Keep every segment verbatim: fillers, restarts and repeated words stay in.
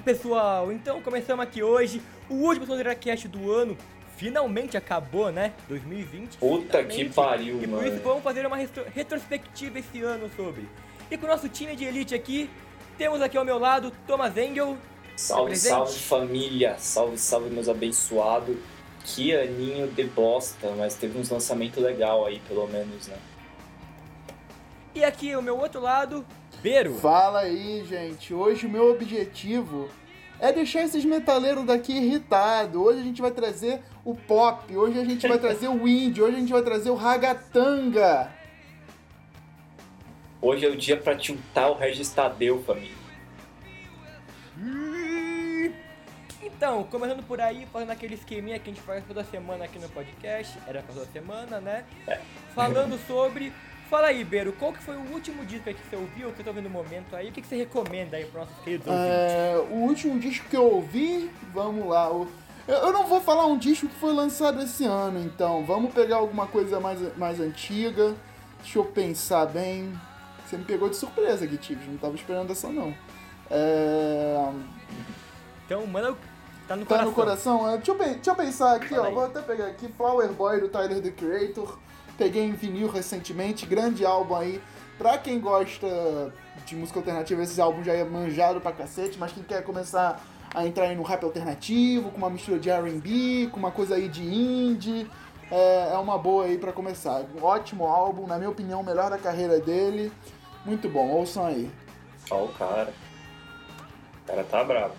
Pessoal, então começamos aqui hoje, o último SonzeraCast do ano, finalmente acabou, né? dois mil e vinte. Puta finalmente. que pariu, E mano. por isso vamos fazer uma retro- retrospectiva esse ano sobre. E com o nosso time de elite aqui, temos aqui ao meu lado Thomas Engel. Salve, presente. salve família, salve, salve meus abençoados. Que aninho de bosta, mas teve uns lançamentos legal aí, pelo menos, né? E aqui ao meu outro lado, Bero. Fala aí, gente. Hoje o meu objetivo é deixar esses metaleiros daqui irritados. Hoje a gente vai trazer o pop, hoje a gente vai trazer o indie, hoje a gente vai trazer o ragatanga. Hoje é o dia pra tiltar o Regis Tadeu, família. Então, começando por aí, fazendo aquele esqueminha que a gente faz toda semana aqui no podcast, era pra toda semana, né? É. Falando sobre... Fala aí, Bero, qual que foi o último disco aí que você ouviu, que você tá ouvindo no momento aí? O que, que você recomenda aí para nossos queridos ouvintes? É, o último disco que eu ouvi, vamos lá. o- Eu, eu não vou falar um disco que foi lançado esse ano, então. Vamos pegar alguma coisa mais, mais antiga. Deixa eu pensar bem. Você me pegou de surpresa aqui, Tives. Não tava esperando essa, não. É... Então, manda... Tá no Tá coração. no coração? É, deixa, eu, pe- deixa eu pensar aqui, Fala ó. aí. Vou até pegar aqui. Flower Boy, do Tyler, The Creator. Peguei em vinil recentemente. Grande álbum aí. Pra quem gosta de música alternativa, esse álbum já é manjado pra cacete. Mas quem quer começar a entrar aí no rap alternativo, com uma mistura de R and B, com uma coisa aí de indie, é, é uma boa aí pra começar. Um ótimo álbum, na minha opinião, o melhor da carreira dele. Muito bom, ouçam aí. Ó o cara. O cara tá bravo.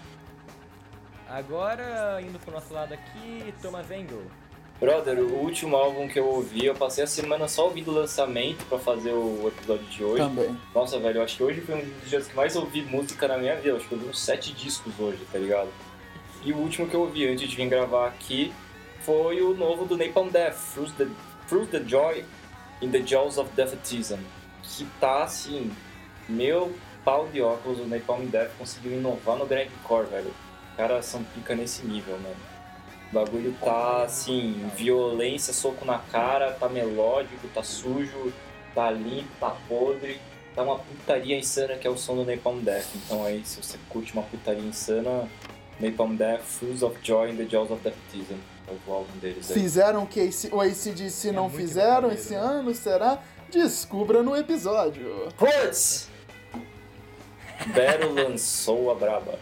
Agora, indo pro nosso lado aqui, Thomas Engel. Brother, o último álbum que eu ouvi, eu passei a semana só ouvindo o lançamento pra fazer o episódio de hoje. Também. Nossa, velho, eu acho que hoje foi um dos dias que mais ouvi música na minha vida. Eu acho que eu ouvi uns sete discos hoje, tá ligado? E o último que eu ouvi antes de vir gravar aqui foi o novo do Napalm Death, Fruit the, Fruit the Joy in the Jaws of Defeatism. Que tá, assim, meu pau de óculos, o Napalm Death conseguiu inovar no grindcore, velho. Os caras são pica nesse nível, mano. O bagulho tá, assim, violência, soco na cara, tá melódico, tá sujo, tá limpo, tá podre. Tá uma putaria insana que é o som do Napalm Death. Então aí, se você curte uma putaria insana, Napalm Death, Fruits of Joy in the Jaws of Defeatism. É o álbum deles aí. Fizeram o que esse- o A C D C É não muito fizeram metaleiro, esse né? ano, será? Descubra no episódio. Puts! Bero lançou a braba.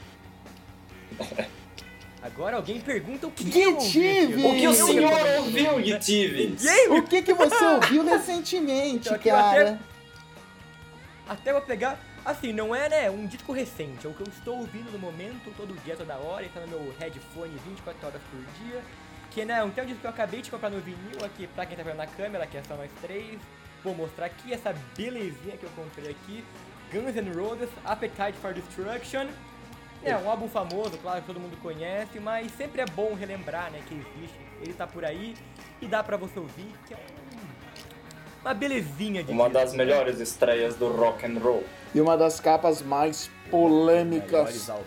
Agora alguém pergunta o que, Que eu ouvi. tive? esse ano. O que o Eu senhor recomendo. ouviu, Yitives? Ninguém me- O que, que você ouviu recentemente, Então, aqui eu cara? Até vou pegar... Assim, não é, né, um disco recente, é o que eu estou ouvindo no momento, todo dia, toda hora, tá no meu headphone vinte e quatro horas por dia. Que, né, então é um disco que eu acabei de comprar no vinil aqui, pra quem tá vendo na câmera, que é só nós três. Vou mostrar aqui essa belezinha que eu comprei aqui. Guns N' Roses, Appetite for Destruction. É um álbum famoso, claro, que todo mundo conhece, mas sempre é bom relembrar, né, que existe. Ele tá por aí e dá pra você ouvir, que é um- uma belezinha de Uma disco, das né? melhores estreias do rock and roll. E uma das capas mais Melhores polêmicas. álbuns.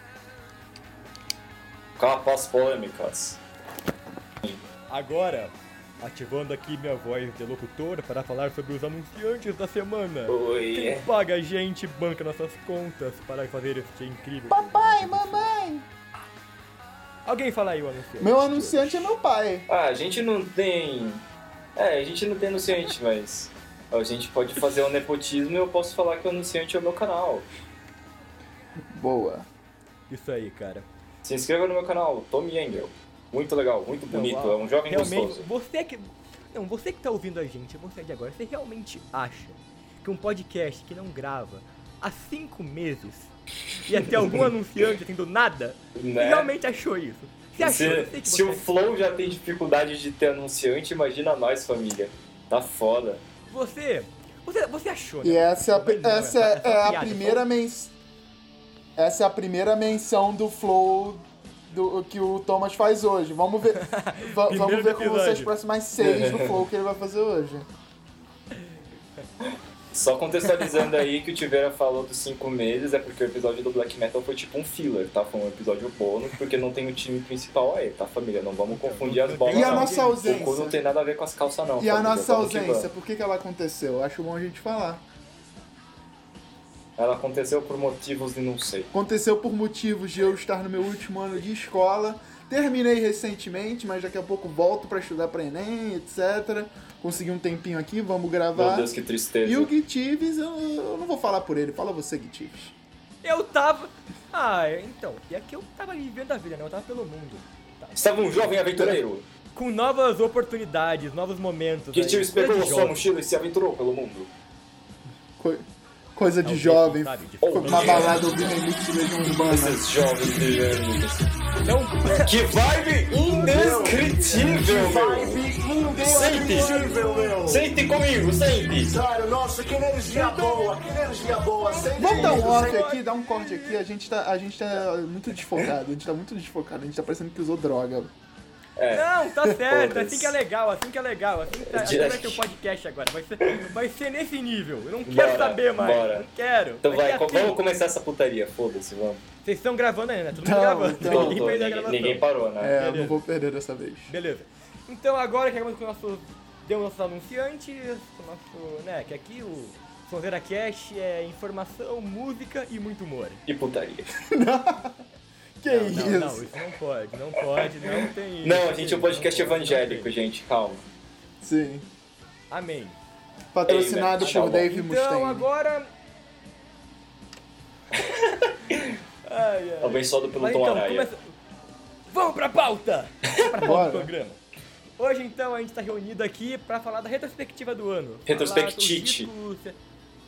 Capas polêmicas. Agora, ativando aqui minha voz de locutor para falar sobre os anunciantes da semana. Oi. Quem paga a gente, banca nossas contas para fazer este incrível... Papai, mamãe! Alguém fala aí o anunciante. Meu anunciante é meu pai. Ah, a gente não tem... É, a gente não tem anunciante, mas... A gente pode fazer o nepotismo e eu posso falar que o anunciante é o meu canal. Boa. Isso aí, cara. Se inscreva no meu canal, Tommy Engel. Muito legal, muito bonito, Não, é um jovem realmente, gostoso. Você que... Não, você que tá ouvindo a gente, você de agora, você realmente acha que um podcast que não grava há cinco meses ia ter algum anunciante assim do nada? Né? Você realmente achou isso? Você achou? Eu sei Se, que se você o Flow já tem dificuldade de ter anunciante, imagina nós, família. Tá foda. Você, você, você achou, né? E essa é a, Não, não, essa é é, só- é só é a piada, primeira só- menção. Essa é a primeira menção do Flow do, que o Thomas faz hoje. Vamos ver, va- Primeiro vamos ver como vão ser as episódio. próximas seis do Flow que ele vai fazer hoje. Só contextualizando aí que o Tiveira falou dos cinco meses, é porque o episódio do Black Metal foi tipo um filler, tá? Foi um episódio bônus, porque não tem o time principal aí, tá, família? Não vamos confundir as bolas, E a não. nossa O cu ausência? não tem nada a ver com as calças, não. E a família. nossa Vamos que ausência, vamos. por que, que ela aconteceu? Acho bom a gente falar. Ela aconteceu por motivos de não sei. Aconteceu por motivos de eu estar no meu último ano de escola. Terminei recentemente, mas daqui a pouco volto pra estudar pra Enem, etcétera. Consegui um tempinho aqui, vamos gravar. Meu Deus, que tristeza. E o Gui Tives, eu, eu não vou falar por ele, fala você, Gui Tives. Eu tava... Ah, então, e aqui eu tava vivendo a vida, né? Eu tava pelo mundo. Tava... Estava um jovem aventureiro. Com novas oportunidades, novos momentos. Que aí. Tives Coisa pegou de sua jovem. mochila e se aventurou pelo mundo. Co- coisa de Não, jovem. sabe, de Foi fogo. uma balada ouvindo remix de Legião Urbana. Esses jovens brilhantes. Não, Que vibe indescritível, meu! Sente! Sente comigo, sente! Cara, nossa, que energia boa, que energia boa. Sempre Vamos dar um isso, off sempre- aqui, dar um corte aqui. A gente, tá, a gente tá muito desfocado. A gente tá muito desfocado. A gente tá parecendo que usou droga. É. não, tá certo, Foda-se. assim que é legal, assim que é legal, assim que tá, assim vai ter o podcast agora, vai ser, vai ser nesse nível, eu não quero Bora, saber mais, bora. não quero. Então vai, ser co- assim. vamos começar essa putaria, foda-se, vamos. Vocês estão gravando ainda, né? Todo mundo Não, gravando, então. ninguém Tô, perdeu a ninguém, gravação. ninguém parou, né? É, eu Beleza. não vou perder dessa vez. Beleza. Então agora que acabamos com o nosso, deu nossos anunciantes, o nosso, né, que aqui o Sonzeira Cash é informação, música e muito humor. E putaria. Que não, isso? não, não, isso não pode, não pode, não tem isso. Não, a gente é um podcast Não pode, evangélico, não tem. gente, calma. Sim. Amém. Patrocinado Amen. por Dave Então Mustaine. agora... ai, ai. Abençoado pelo Mas Tom então, Araya. começa... Vamos pra pauta! Vamos pra pauta Bora. do programa. Hoje, então, a gente tá reunido aqui pra falar da retrospectiva do ano. Retrospectite. Falar dos discos-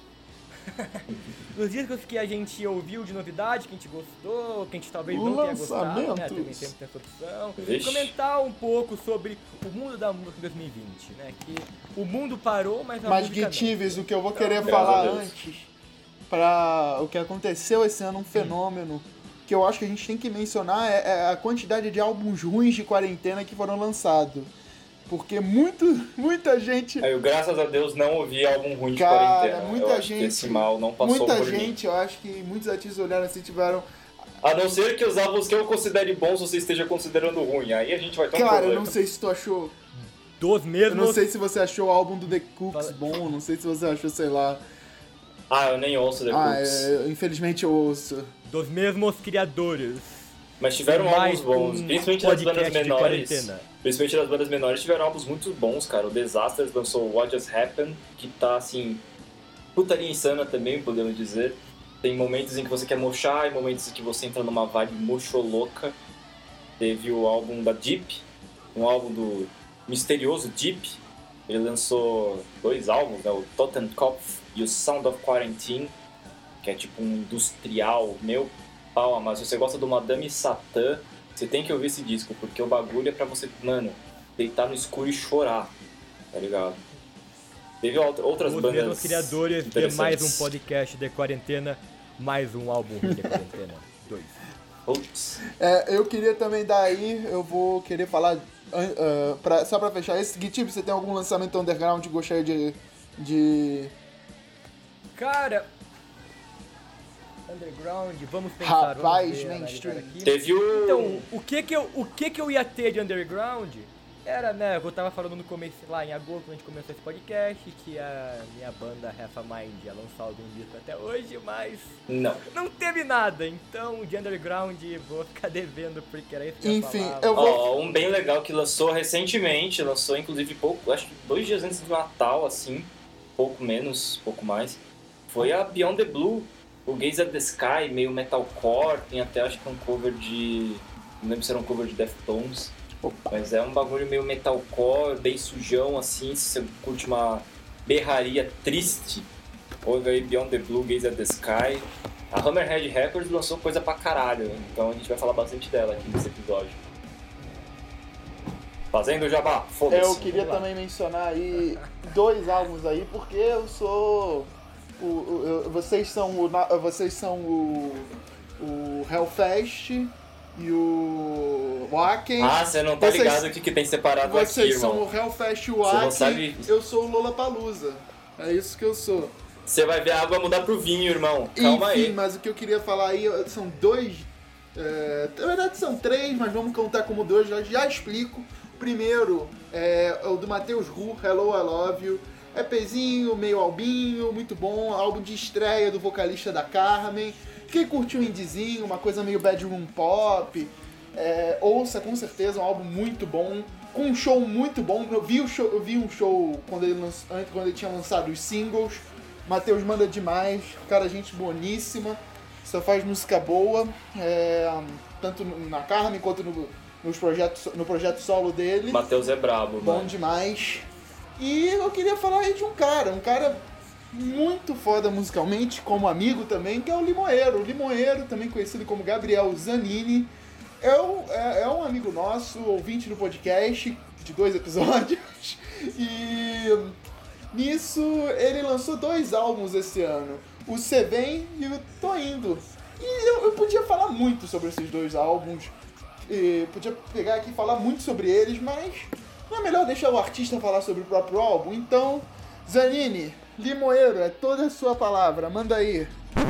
Dos discos que a gente ouviu de novidade, que a gente gostou, que a gente talvez não tenha gostado, né? Lançamentos. Também temos essa opção. Vixe. Comentar um pouco sobre o mundo da música em dois mil e vinte, né? Que o mundo parou, mas a Mas, música Gui Tives, o que eu vou querer Graças falar a Deus. antes, pra o que aconteceu esse ano, um fenômeno, que eu acho que a gente tem que mencionar, é, é a quantidade de álbuns ruins de quarentena que foram lançados. Porque muito, muita gente... Aí, eu, graças a Deus, não ouvi álbum ruim de Cara, quarentena. muita eu acho gente- que esse mal não passou Muita por mim. gente, eu acho que muitos artistas olharam assim e tiveram... A não ser que os álbuns que eu considere bons você esteja considerando ruim. Aí a gente vai ter um Cara, eu problema. não sei se tu achou... Dos Eu mesmos... não sei se você achou o álbum do The Cooks Fala- bom, não sei se você achou, sei lá... Ah, eu nem ouço The Ah, Cooks. é, infelizmente eu ouço. Dos mesmos criadores. Mas tiveram Mais álbuns bons, um principalmente das bandas podcast de menores. quarentena. Principalmente das bandas menores tiveram álbuns muito bons, cara. O Disasters lançou What Just Happened, que tá assim, putaria insana também, podemos dizer. Tem momentos em que você quer mochar e momentos em que você entra numa vibe mocholouca. Teve o álbum da Deep, um álbum do misterioso Deep. Ele lançou dois álbuns, né? O Totenkopf e o Sound of Quarantine, que é tipo um industrial, meu pau, mas se você gosta do Madame Satã, você tem que ouvir esse disco, porque o bagulho é pra você, mano, deitar no escuro e chorar, tá ligado? Teve out- outras Os bandas mesmos criadores de interessantes. mais um podcast de quarentena, mais um álbum de quarentena. Dois. Putz. É, eu queria também dar aí, eu vou querer falar, uh, pra, só pra fechar esse, Gui Tives, você tem algum lançamento underground que gostaria de... de... Cara, underground, vamos pensar. Rapaz, vamos ver, mainstream. analisar aqui. Teve o... Então, o que que eu, o que que eu ia ter de underground era, né, eu tava falando no começo, lá em agosto, quando a gente começou esse podcast, que a minha banda Half a Mind ia lançar algum disco até hoje, mas Não. não teve nada, então de underground vou ficar devendo, porque era isso que eu ia Enfim, falar. eu vou... Ó, um bem legal que lançou recentemente, lançou inclusive pouco, acho que dois dias antes do Natal, assim, pouco menos, pouco mais, foi a Beyond the Blue, o Gaze at the Sky, meio metalcore, tem até acho que um cover de... não lembro se era um cover de Deftones, Opa. mas é um bagulho meio metalcore, bem sujão, assim, se você curte uma berraria triste, ouve aí Beyond the Blue, Gaze at the Sky. A Hammerhead Records lançou coisa pra caralho, então a gente vai falar bastante dela aqui nesse episódio. Fazendo o jabá, foda-se. Eu queria Vamos lá. também mencionar aí dois álbuns aí, porque eu sou... O, o- eu- vocês são o, na- vocês são o, o Hellfest e o Wacken. Ah, você não tá Vocês- ligado o que, que tem separado aqui, Vocês são irmão. o Hellfest e o Você não Wacken. sabe- Eu sou o Lollapalooza. É isso que eu sou. Você vai ver a água mudar pro vinho, irmão. Calma Enfim, aí. mas o que eu queria falar aí são dois. é, na verdade são três, mas vamos contar como dois, já, já explico. Primeiro é o do Matheus Ru, Hello I Love You. EPzinho, meio albinho, muito bom. Álbum de estreia do vocalista da Carmen. Quem curtiu o indiezinho, uma coisa meio bedroom pop, é, ouça com certeza, um álbum muito bom. Com um show muito bom. Eu vi, o show, eu vi um show quando ele, lanç, antes, quando ele tinha lançado os singles. Matheus manda demais. Cara, gente boníssima. Só faz música boa. É, tanto na Carmen quanto no, nos projetos, no projeto solo dele. Matheus é brabo, Bom mano. demais. E eu queria falar aí de um cara. Um cara muito foda musicalmente, como amigo também, que é o Limoeiro. O Limoeiro, também conhecido como Gabriel Zanini. É, o, é, é um amigo nosso, ouvinte do podcast, de dois episódios, e nisso ele lançou dois álbuns esse ano, o Cê Vem e o Tô Indo. E eu, eu podia falar muito sobre esses dois álbuns, e podia pegar aqui e falar muito sobre eles, mas não é melhor deixar o artista falar sobre o próprio álbum? Então, Zanini, Limoeiro, é toda a sua palavra, manda aí.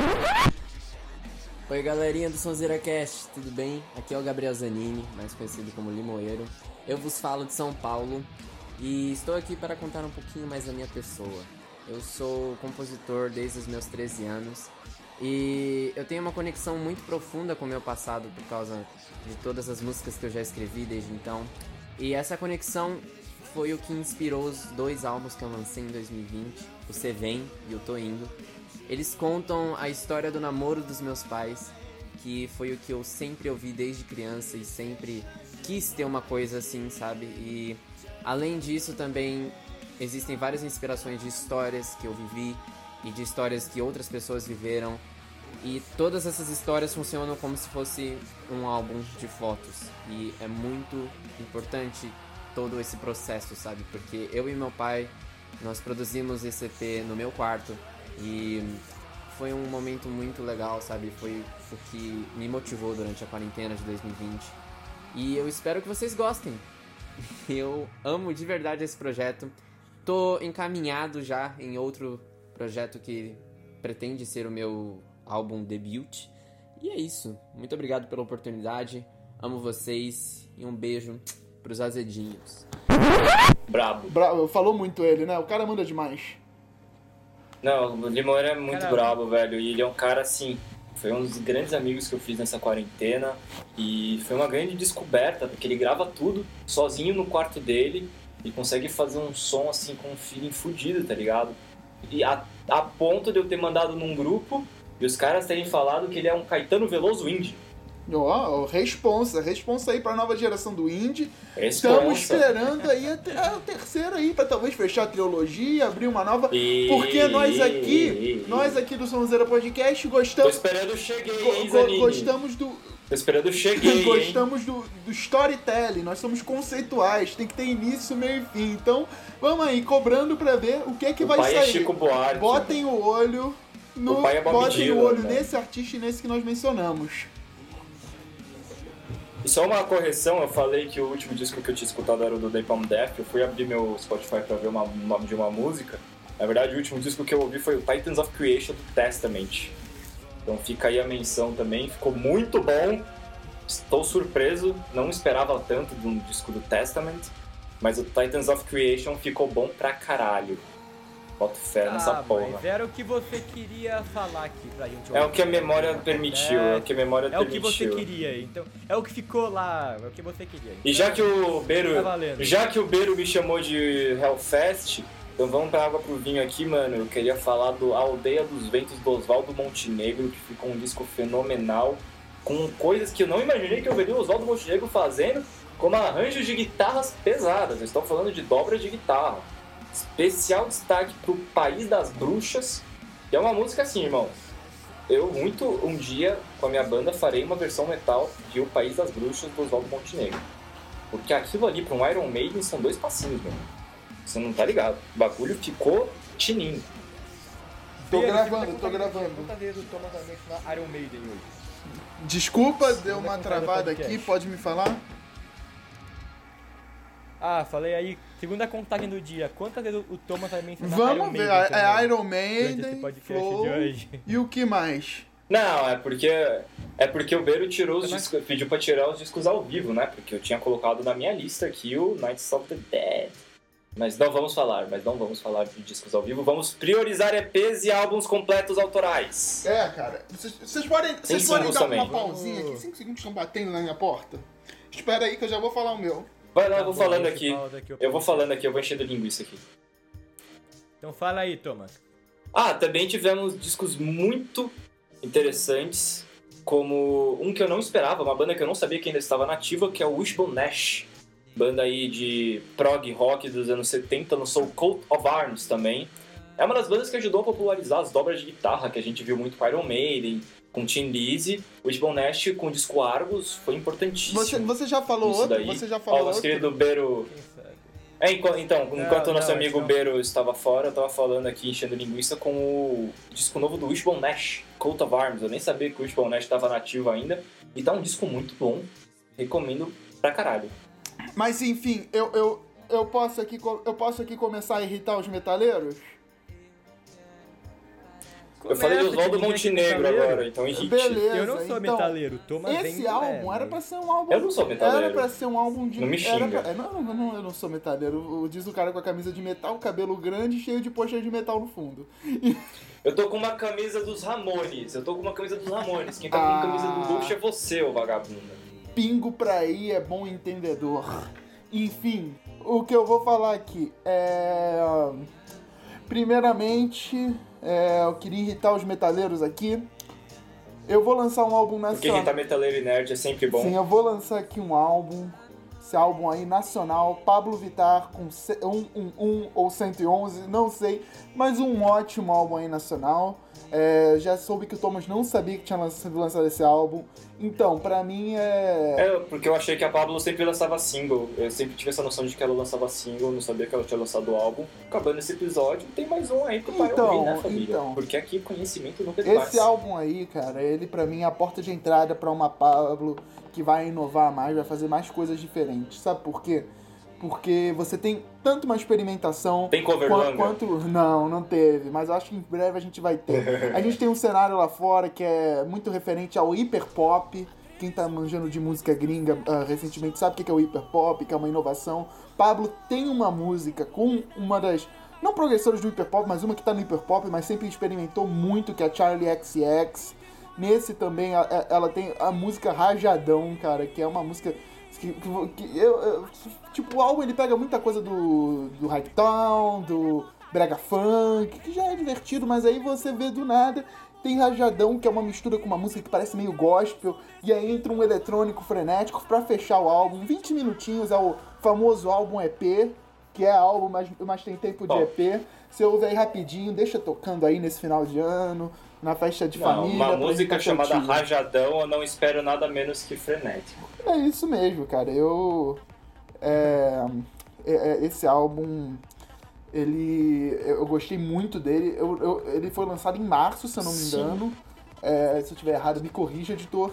Oi galerinha do Sonzeira Cast, tudo bem? Aqui é o Gabriel Zanini, mais conhecido como Limoeiro. Eu vos falo de São Paulo e estou aqui para contar um pouquinho mais da minha pessoa. Eu sou compositor desde os meus treze anos e eu tenho uma conexão muito profunda com o meu passado por causa de todas as músicas que eu já escrevi desde então. E essa conexão foi o que inspirou os dois álbuns que eu lancei em dois mil e vinte, o Cê Vem e o Tô Indo. Eles contam a história do namoro dos meus pais, que foi o que eu sempre ouvi desde criança e sempre quis ter uma coisa assim, sabe? E além disso também existem várias inspirações de histórias que eu vivi e de histórias que outras pessoas viveram. E todas essas histórias funcionam como se fosse um álbum de fotos. E é muito importante todo esse processo, sabe? Porque eu e meu pai, nós produzimos esse E P no meu quarto. E foi um momento muito legal, sabe? Foi o que me motivou durante a quarentena de dois mil e vinte. E eu espero que vocês gostem. Eu amo de verdade esse projeto. Tô encaminhado já em outro projeto que pretende ser o meu álbum debut. E é isso. Muito obrigado pela oportunidade. Amo vocês e um beijo pros azedinhos. Brabo. Bra- Falou muito ele, né? O cara manda demais. Não, o Limoeiro é muito Caramba. brabo, velho. E ele é um cara assim. Foi um dos grandes amigos que eu fiz nessa quarentena. E foi uma grande descoberta, porque ele grava tudo sozinho no quarto dele e consegue fazer um som assim com um feeling fudido, tá ligado? E a, a ponto de eu ter mandado num grupo e os caras terem falado que ele é um Caetano Veloso indie. Ó, oh, responsa, responsa aí pra nova geração do indie. Responsa. Estamos esperando aí a, te- a terceira aí pra talvez fechar a trilogia, abrir uma nova. E... Porque nós aqui, nós aqui do Sonzeira Podcast Tô gostamos, esperando o cheguei, go- hein, go- Zanini? gostamos do Tô esperando o cheguei, hein? gostamos do, do storytelling, nós somos conceituais, tem que ter início, meio e fim. Então, vamos aí, cobrando pra ver o que é que O vai pai é sair. Chico Buarque. Botem o olho no, O pai é Bob botem o Dylan, olho né? nesse artista e nesse que nós mencionamos. E só uma correção, eu falei que o último disco que eu tinha escutado era o do Napalm Death. Eu fui abrir meu Spotify pra ver uma- o nome de uma música. Na verdade, o último disco que eu ouvi foi o Titans of Creation do Testament. Então fica aí a menção também, ficou muito bom. Estou surpreso, não esperava tanto de um disco do Testament. Mas o Titans of Creation ficou bom pra caralho. Boto fé nessa Ah, porra. mas era o que você queria falar aqui pra gente. É o que a ouvir. memória permitiu, é o que a memória É o que permitiu. você queria, então. É o que ficou lá, é o que você queria. E já que o Beiro, Tá valendo. já que o Beiro me chamou de Hellfest, então vamos pra água pro vinho aqui, mano. Eu queria falar do Aldeia dos Ventos do Oswaldo Montenegro, que ficou um disco fenomenal, com coisas que eu não imaginei que eu veria o Oswaldo Montenegro fazendo, como arranjos de guitarras pesadas. Eu estou falando de dobras de guitarra. Especial destaque pro País das Bruxas, que é uma música assim, irmão. Eu muito um dia, com a minha banda, farei uma versão metal de O País das Bruxas do Oswaldo Montenegro. Porque aquilo ali, pra um Iron Maiden, são dois passinhos, mano. Você não tá ligado. O bagulho ficou tininho. Tô Pedro, gravando, você tô tá- gravando. Quantas vezes o Thomas vai mencionar Iron Maiden hoje? Desculpa, deu uma contar do travada podcast. aqui, pode me falar? Ah, falei aí, segunda contagem do dia. Quantas vezes o Thomas vai mencionar Vamos Iron ver, Maiden? é também Iron durante esse Maiden, podcast Flow de hoje. e o que mais? Não, é porque é porque o Beiro tirou os Mas- discos, pediu pra tirar os discos ao vivo, né? Porque eu tinha colocado na minha lista aqui o Knights of the Dead. Mas não vamos falar, mas não vamos falar de discos ao vivo. Vamos priorizar E Pês e álbuns completos autorais. É, cara. Vocês, vocês podem, vocês Tem podem singles dar também. uma pausinha aqui? Cinco segundos estão batendo na minha porta. Espera aí que eu já vou falar o meu. Vai lá, eu Tá vou bom, falando esse aqui. fala daqui, eu Eu vou penso. falando aqui, eu vou enchendo linguiça aqui. Então fala aí, Thomas. Ah, também tivemos discos muito interessantes, como um que eu não esperava, uma banda que eu não sabia que ainda estava nativa, que é o Wishbone Nash. Banda aí de prog rock dos anos setenta, lançou o Coat of Arms também. É uma das bandas que ajudou a popularizar as dobras de guitarra, que a gente viu muito com Iron Maiden, com Tin Lizzy. O Wishbone Nash com o disco Argus foi importantíssimo. Você, você já falou Isso outro? daí. Você já Ó, falou o nosso outro? querido Beiro... Quem sabe? É, enqu- então, enquanto o nosso não, amigo não. Beiro estava fora, eu tava falando aqui, enchendo linguiça, com o disco novo do Wishbone Nash, Coat of Arms. Eu nem sabia que o Wishbone Nash estava nativo ainda. E tá um disco muito bom. Recomendo pra caralho. Mas enfim, eu, eu, eu, posso aqui, co- eu posso aqui começar a irritar os metaleiros? Eu falei de Começa, Oswaldo que ninguém aqui é Montenegro metaleiro. agora, então irrite. Beleza. Eu não sou então, metaleiro, Thomas Esse ainda álbum é, era mas- pra ser um álbum... Eu não sou metaleiro. Era pra ser um álbum de... Não me era xinga. pra- é, não, não, não, eu não sou metaleiro. O- Diz o cara com a camisa de metal, cabelo grande, cheio de poxa de metal no fundo. Eu tô com uma camisa dos Ramones. Eu tô com uma camisa dos Ramones. Quem tá com Ah. a camisa do Ghost é você, ô vagabunda. Pingo pra ir é bom entendedor. Enfim, o que eu vou falar aqui é... Primeiramente, é, eu queria irritar os metaleiros aqui. Eu vou lançar um álbum Porque nacional. irritar metaleiro e nerd é sempre bom. Sim, eu vou lançar aqui um álbum. Esse álbum aí, nacional. Pablo Vittar com ce- um um um ou cento e onze, não sei. Mas um ótimo álbum aí nacional. É, já soube que o Thomas não sabia que tinha lan- sido lançado esse álbum. Então, pra mim é... É, porque eu achei que a Pablo sempre lançava single. Eu sempre tive essa noção de que ela lançava single, não sabia que ela tinha lançado o álbum. Acabando esse episódio, tem mais um aí pro pai Então, ouvir, né, família? então. Porque aqui conhecimento nunca é demais. Esse álbum aí, cara, ele pra mim é a porta de entrada pra uma Pablo que vai inovar mais, vai fazer mais coisas diferentes. Sabe por quê? Porque você tem tanto uma experimentação... Tem cover Qua- longa? Quanto, não, não teve, mas eu acho que em breve a gente vai ter. A gente tem um cenário lá fora que é muito referente ao hiperpop. Quem tá manjando de música gringa ah, recentemente sabe o que é o hiperpop, que é uma inovação. Pablo tem uma música com uma das, não progressoras do hiperpop, mas uma que tá no hiperpop, mas sempre experimentou muito, que é a Charlie X C X. Nesse também a- a- ela tem a música Rajadão, cara, que é uma música... Que, que- que eu, eu- tipo, o álbum ele pega muita coisa do, do Hypetown, do Brega Funk, que já é divertido, mas aí você vê do nada, tem Rajadão, que é uma mistura com uma música que parece meio gospel, e aí entra um eletrônico frenético pra fechar o álbum. vinte minutinhos, é o famoso álbum E P, que é álbum, mas, mas tem tempo de Bom. E P. Você ouve aí rapidinho, deixa tocando aí nesse final de ano, na festa de Não, família. uma pra música irritar seu chamada tio. Rajadão, eu não espero nada menos que frenético. É isso mesmo, cara. Eu. É, é, é, esse álbum. Ele. Eu gostei muito dele. Eu, eu- ele foi lançado em março, se eu não me Sim. engano. É, se eu estiver errado, me corrija, editor.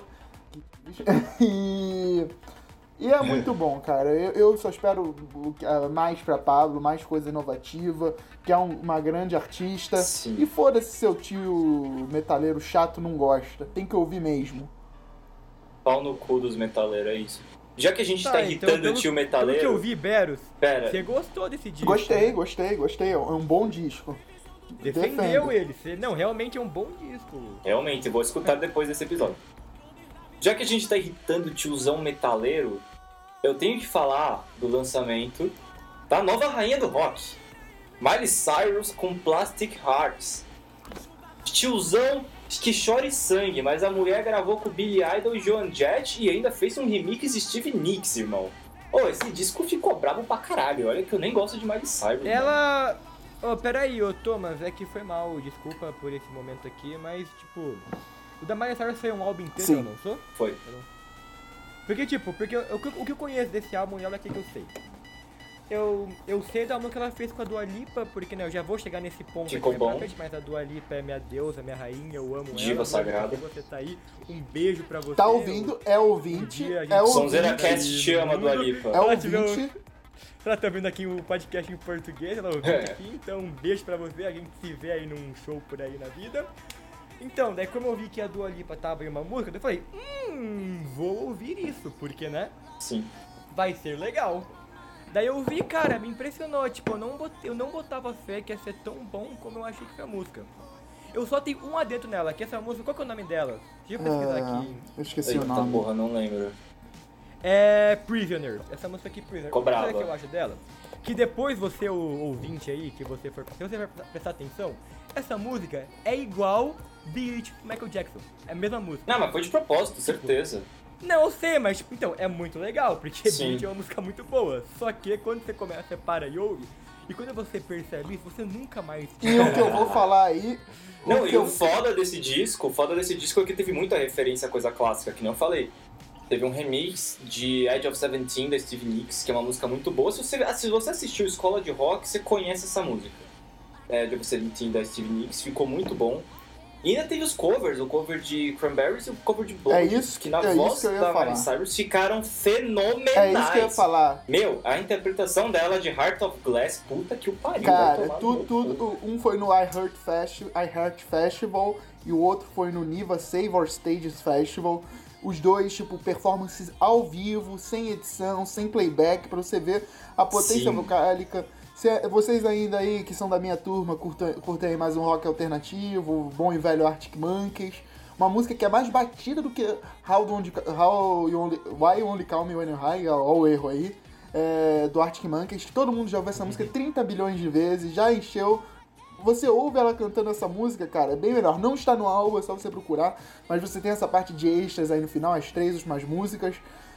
E. E é muito bom, cara. Eu, eu só espero o- ah, mais pra Pablo, mais coisa inovativa, que é um- uma grande artista. Sim. E foda-se seu tio metaleiro chato não gosta. Tem que ouvir mesmo. Pau no cu dos metaleiros, é isso. Já que a gente tá, Tá, irritando então, o tio Pelo que metaleiro... eu vi, Beros, Pera, você gostou desse disco? Gostei, gostei, gostei. É um bom disco. Defendeu Defendo. ele. Você- Não, realmente é um bom disco. realmente, eu vou escutar depois desse episódio. Já que a gente tá irritando o tiozão metaleiro, eu tenho que falar do lançamento da nova rainha do rock. Miley Cyrus com Plastic Hearts. Tiozão que chora e sangue, mas a mulher gravou com Billy Idol e Joan Jett e ainda fez um remix de Stevie Nicks, irmão. Ô, esse disco ficou brabo pra caralho. Olha que eu nem gosto de Miley Cyrus. mano. Ela... Ô, peraí, ô Thomas, é que foi mal, desculpa por esse momento aqui, mas, tipo... O da Miley Cyrus foi um álbum inteiro, Sim. não lançou? Foi. Porque, tipo, porque eu- eu- o que eu conheço desse álbum e olha o que que eu sei. Eu, eu sei da música que ela fez com a Dua Lipa, porque, né, eu já vou chegar nesse ponto Ficou aqui bom. mais pra frente, mas a Dua Lipa é minha deusa, minha rainha, eu amo Diva ela. sagrada. Dua Lipa, Você tá aí, um beijo pra você. Tá ouvindo? É ouvinte. Um dia a gente- É Sonzeira ouvinte. Cast te ama, Dua Lipa. É Ela tiver ouvinte. Ela tá vendo aqui o podcast em português, ela ouviu É. aqui, então um beijo pra você, a gente se vê aí num show por aí na vida. Então, daí como eu vi que a Dua Lipa tava em uma música, eu falei, hum, vou ouvir isso, porque, né, Sim. vai ser legal. Daí eu vi, cara, me impressionou. Tipo, eu não, botei, eu não botava fé que ia ser tão bom como eu achei que foi a música. Eu só tenho um adentro nela, que essa música, qual que é o nome dela? Deixa eu pesquisar É, aqui. eu esqueci Eita o nome. porra, não lembro. É Prisoner. Essa música aqui, Prisoner. Cobrava. Sabe o que eu acho dela? Que depois você, o ouvinte aí, que você for. Se você for prestar atenção, essa música é igual Beat Michael Jackson. É a mesma música. Não, mas foi de propósito, certeza. Não, eu sei, mas tipo, então, é muito legal, porque Sim. Beat é uma música muito boa. Só que quando você começa, você para e ouve, e quando você percebe isso, você nunca mais. E o que eu vou falar aí... Não, o e que eu... o foda desse disco, o foda desse disco é que teve muita referência à coisa clássica, que nem eu falei. Teve um remix de Edge of Seventeen da Stevie Nicks, que é uma música muito boa. Se você, se você assistiu Escola de Rock, você conhece essa música. Edge of Seventeen da Stevie Nicks, ficou muito bom. E ainda teve os covers, o cover de Cranberries e o cover de Blood, É isso- que na é voz isso que eu ia da falar. Miley Cyrus ficaram fenomenais. É isso que eu ia falar. Meu, a interpretação dela de Heart of Glass, puta que o pariu. vai Cara, tomar tudo, no tudo, cu. um foi no I Heart, Festi- I Heart Festival e o outro foi no Niva Save Our Stages Festival. Os dois, tipo, performances ao vivo, sem edição, sem playback, pra você ver a potência Sim. vocálica. Se, vocês ainda aí, que são da minha turma, curtem, curtem aí mais um rock alternativo, bom e velho Arctic Monkeys. Uma música que é mais batida do que How, Don't, How you only, Why You Only Call Me When You're High, olha o erro aí, é, do Arctic Monkeys. Todo mundo já ouviu essa música trinta bilhões de vezes, já encheu. Você ouve ela cantando essa música, cara, é bem melhor. Não está no álbum, é só você procurar, mas você tem essa parte de extras aí no final, as três últimas músicas.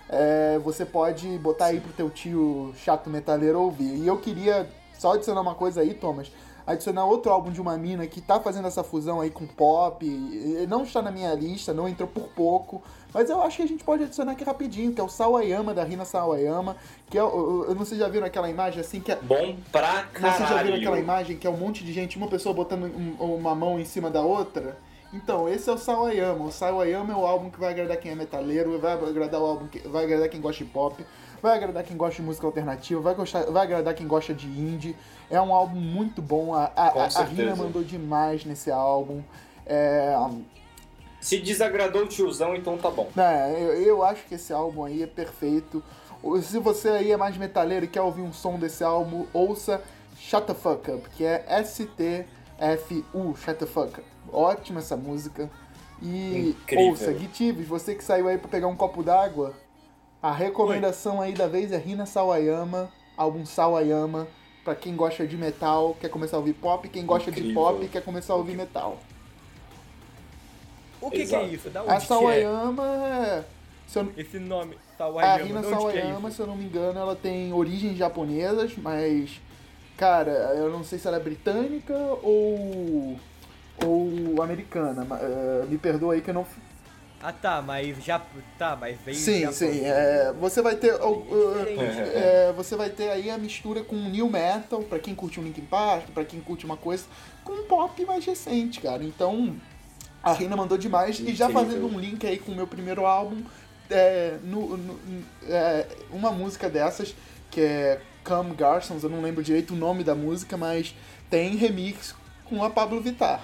É, você pode botar aí pro teu tio chato metaleiro ouvir. E eu queria só adicionar uma coisa aí, Thomas. Adicionar outro álbum de uma mina que tá fazendo essa fusão aí com pop. E não está na minha lista, não entrou por pouco. Mas eu acho que a gente pode adicionar aqui rapidinho, que é o Sawayama, da Rina Sawayama. Que é, eu, eu não sei se já viram aquela imagem assim, que é... Bom pra caralho. Vocês já viram aquela imagem que é um monte de gente, uma pessoa botando um- uma mão em cima da outra? Então, esse é o Sawayama. O Sawayama é o álbum que vai agradar quem é metaleiro, vai agradar o álbum que, vai agradar quem gosta de pop, vai agradar quem gosta de música alternativa, vai, gostar, vai agradar quem gosta de indie. É um álbum muito bom. A, a, Com a, a certeza. Rina mandou demais nesse álbum. É, Se desagradou o tiozão, então tá bom. né, eu, eu acho que esse álbum aí é perfeito. Se você aí é mais metaleiro e quer ouvir um som desse álbum, ouça Shut the Fuck Up, que é S T F U, Shut the Fuck Up. Ótima essa música. E Incrível. ouça, Gitives, você que saiu aí pra pegar um copo d'água, a recomendação aí da vez é Rina Sawayama, álbum Sawayama, pra quem gosta de metal, quer começar a ouvir pop, quem gosta de Incrível. pop quer começar a ouvir metal. O que, que é Exato. isso? Da onde A que é Sawayama é... se eu- esse nome? A Sawayama, Rina de onde que é Sawayama, isso? se eu não me engano, ela tem origens japonesas, mas, cara, eu não sei se ela é britânica ou, ou americana. ma- eh, me perdoa aí que eu não... Ah tá, mas já. Tá, mas veio. Sim, já sim, é, você vai ter... oh, uh, Diferente. é, você vai ter aí a mistura com new metal, pra quem curte um Linkin Park, pra quem curte uma coisa, com um pop mais recente, cara. Então, a Rina mandou demais. E já Incrível. fazendo um link aí com o meu primeiro álbum, é, no, no- é, uma música dessas, que é Come Garsons, eu não lembro direito o nome da música, mas tem remix com a Pablo Vittar.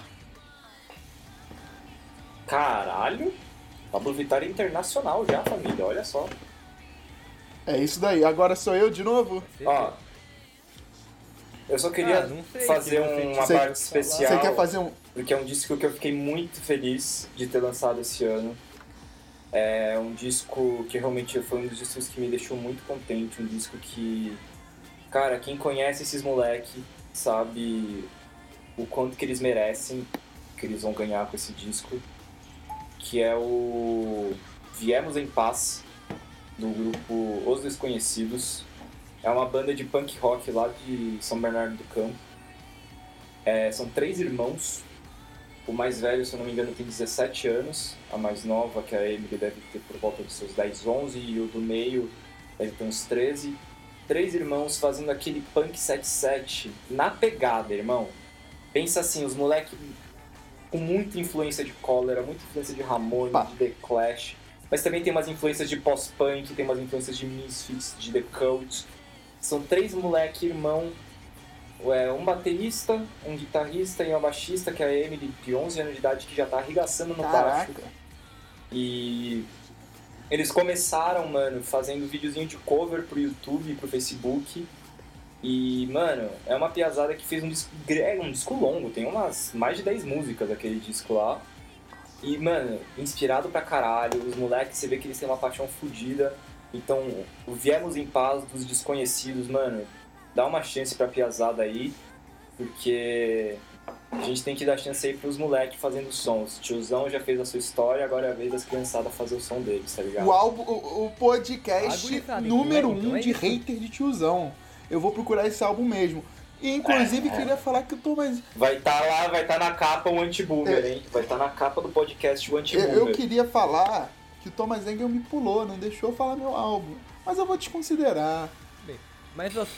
Caralho. Pablo Vittar é internacional já, família, olha só. É isso daí. Agora sou eu de novo? Ó, eu só queria Ah, não sei fazer se você uma Você- parte especial, Você quer fazer um... porque é um disco que eu fiquei muito feliz de ter lançado esse ano. É um disco que realmente foi um dos discos que me deixou muito contente, um disco que, cara, quem conhece esses moleque sabe o quanto que eles merecem, que eles vão ganhar com esse disco, que é o Viemos em Paz, do grupo Os Desconhecidos. É uma banda de punk rock lá de São Bernardo do Campo. É, são três irmãos. O mais velho, se eu não me engano, tem dezessete anos. A mais nova, que é a Emily, deve ter por volta dos seus dez, onze. E o do meio deve ter uns treze. Três irmãos fazendo aquele punk sete sete na pegada, irmão. Pensa assim, os moleques com muita influência de Cólera, muita influência de Ramones, Pá. de The Clash. Mas também tem umas influências de post-punk, tem umas influências de Misfits, de The Cult. São três moleque irmão, é, um baterista, um guitarrista e uma baixista, que é a Emily, de onze anos de idade, que já tá arregaçando no baixo. Caraca. E Eles começaram, mano, fazendo videozinho de cover pro YouTube e pro Facebook. E, mano, é uma piazada que fez um disco, um disco longo, tem umas mais de dez músicas aquele disco lá. E, mano, inspirado pra caralho, os moleques, você vê que eles têm uma paixão fodida. Então, o Viemos em Paz dos Desconhecidos, mano, dá uma chance pra piazada aí, porque a gente tem que dar chance aí pros moleques fazendo sons. O tiozão já fez a sua história, agora é a vez das criançadas fazer o som deles, tá ligado? O álbum, o, o podcast Agurizada, número então um é de isso. hater de tiozão. Eu vou procurar esse álbum mesmo. E, inclusive, É, é. queria falar que eu tô mais... Vai estar lá, vai estar na capa o anti-boomer, hein? Vai estar na capa do podcast o Eu, anti-boomer. eu queria falar que o Thomas Engel me pulou, não deixou eu falar meu álbum. Mas eu vou desconsiderar. Bem, mas ó,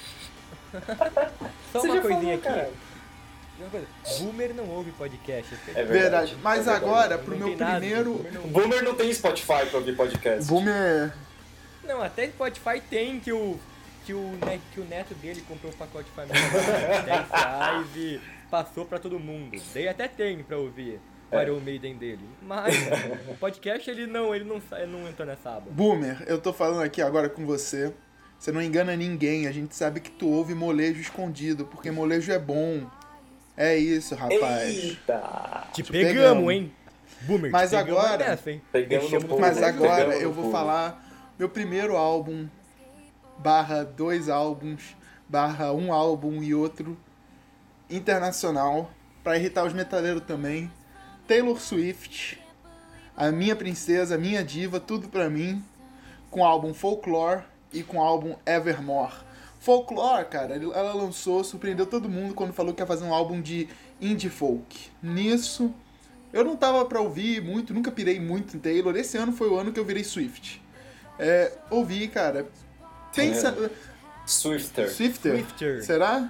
só Você uma já coisinha falou, aqui. cara. Uma coisa. Boomer não ouve podcast. É verdade. Verdade. Mas é verdade. agora, Não pro tem meu nada, primeiro... Boomer não- O Boomer não tem Spotify pra ouvir podcast. Boomer... Não, até Spotify tem que o, que o, né, que o neto dele comprou um pacote de família dez reais e passou pra todo mundo. Daí até tem pra ouvir o É. Iron Maiden dele. Mas o podcast ele não, ele não, sa- ele não entrou nessa aba. Boomer, eu tô falando aqui agora com você. Você não engana ninguém. A gente sabe que tu ouve molejo escondido, porque molejo é bom. É isso, rapaz. Eita! Te Te pegamos, pegamos. hein? Boomer, Mas te pegamos agora- nessa, hein? Pegamos Deixamos no pulo. Mas Pegamos agora no eu vou pulo. falar meu primeiro álbum, barra dois álbuns, barra um álbum e outro, internacional, pra irritar os metaleiros também. Taylor Swift, a minha princesa, a minha diva, tudo pra mim, com o álbum Folklore e com o álbum Evermore. Folklore, cara, ele- ela lançou, surpreendeu todo mundo quando falou que ia fazer um álbum de indie folk. Nisso, eu não tava pra ouvir muito, nunca pirei muito em Taylor. Esse ano foi o ano que eu virei Swift. É, ouvi, cara. Pensa... Swifter. Swifter? Swifter. Será?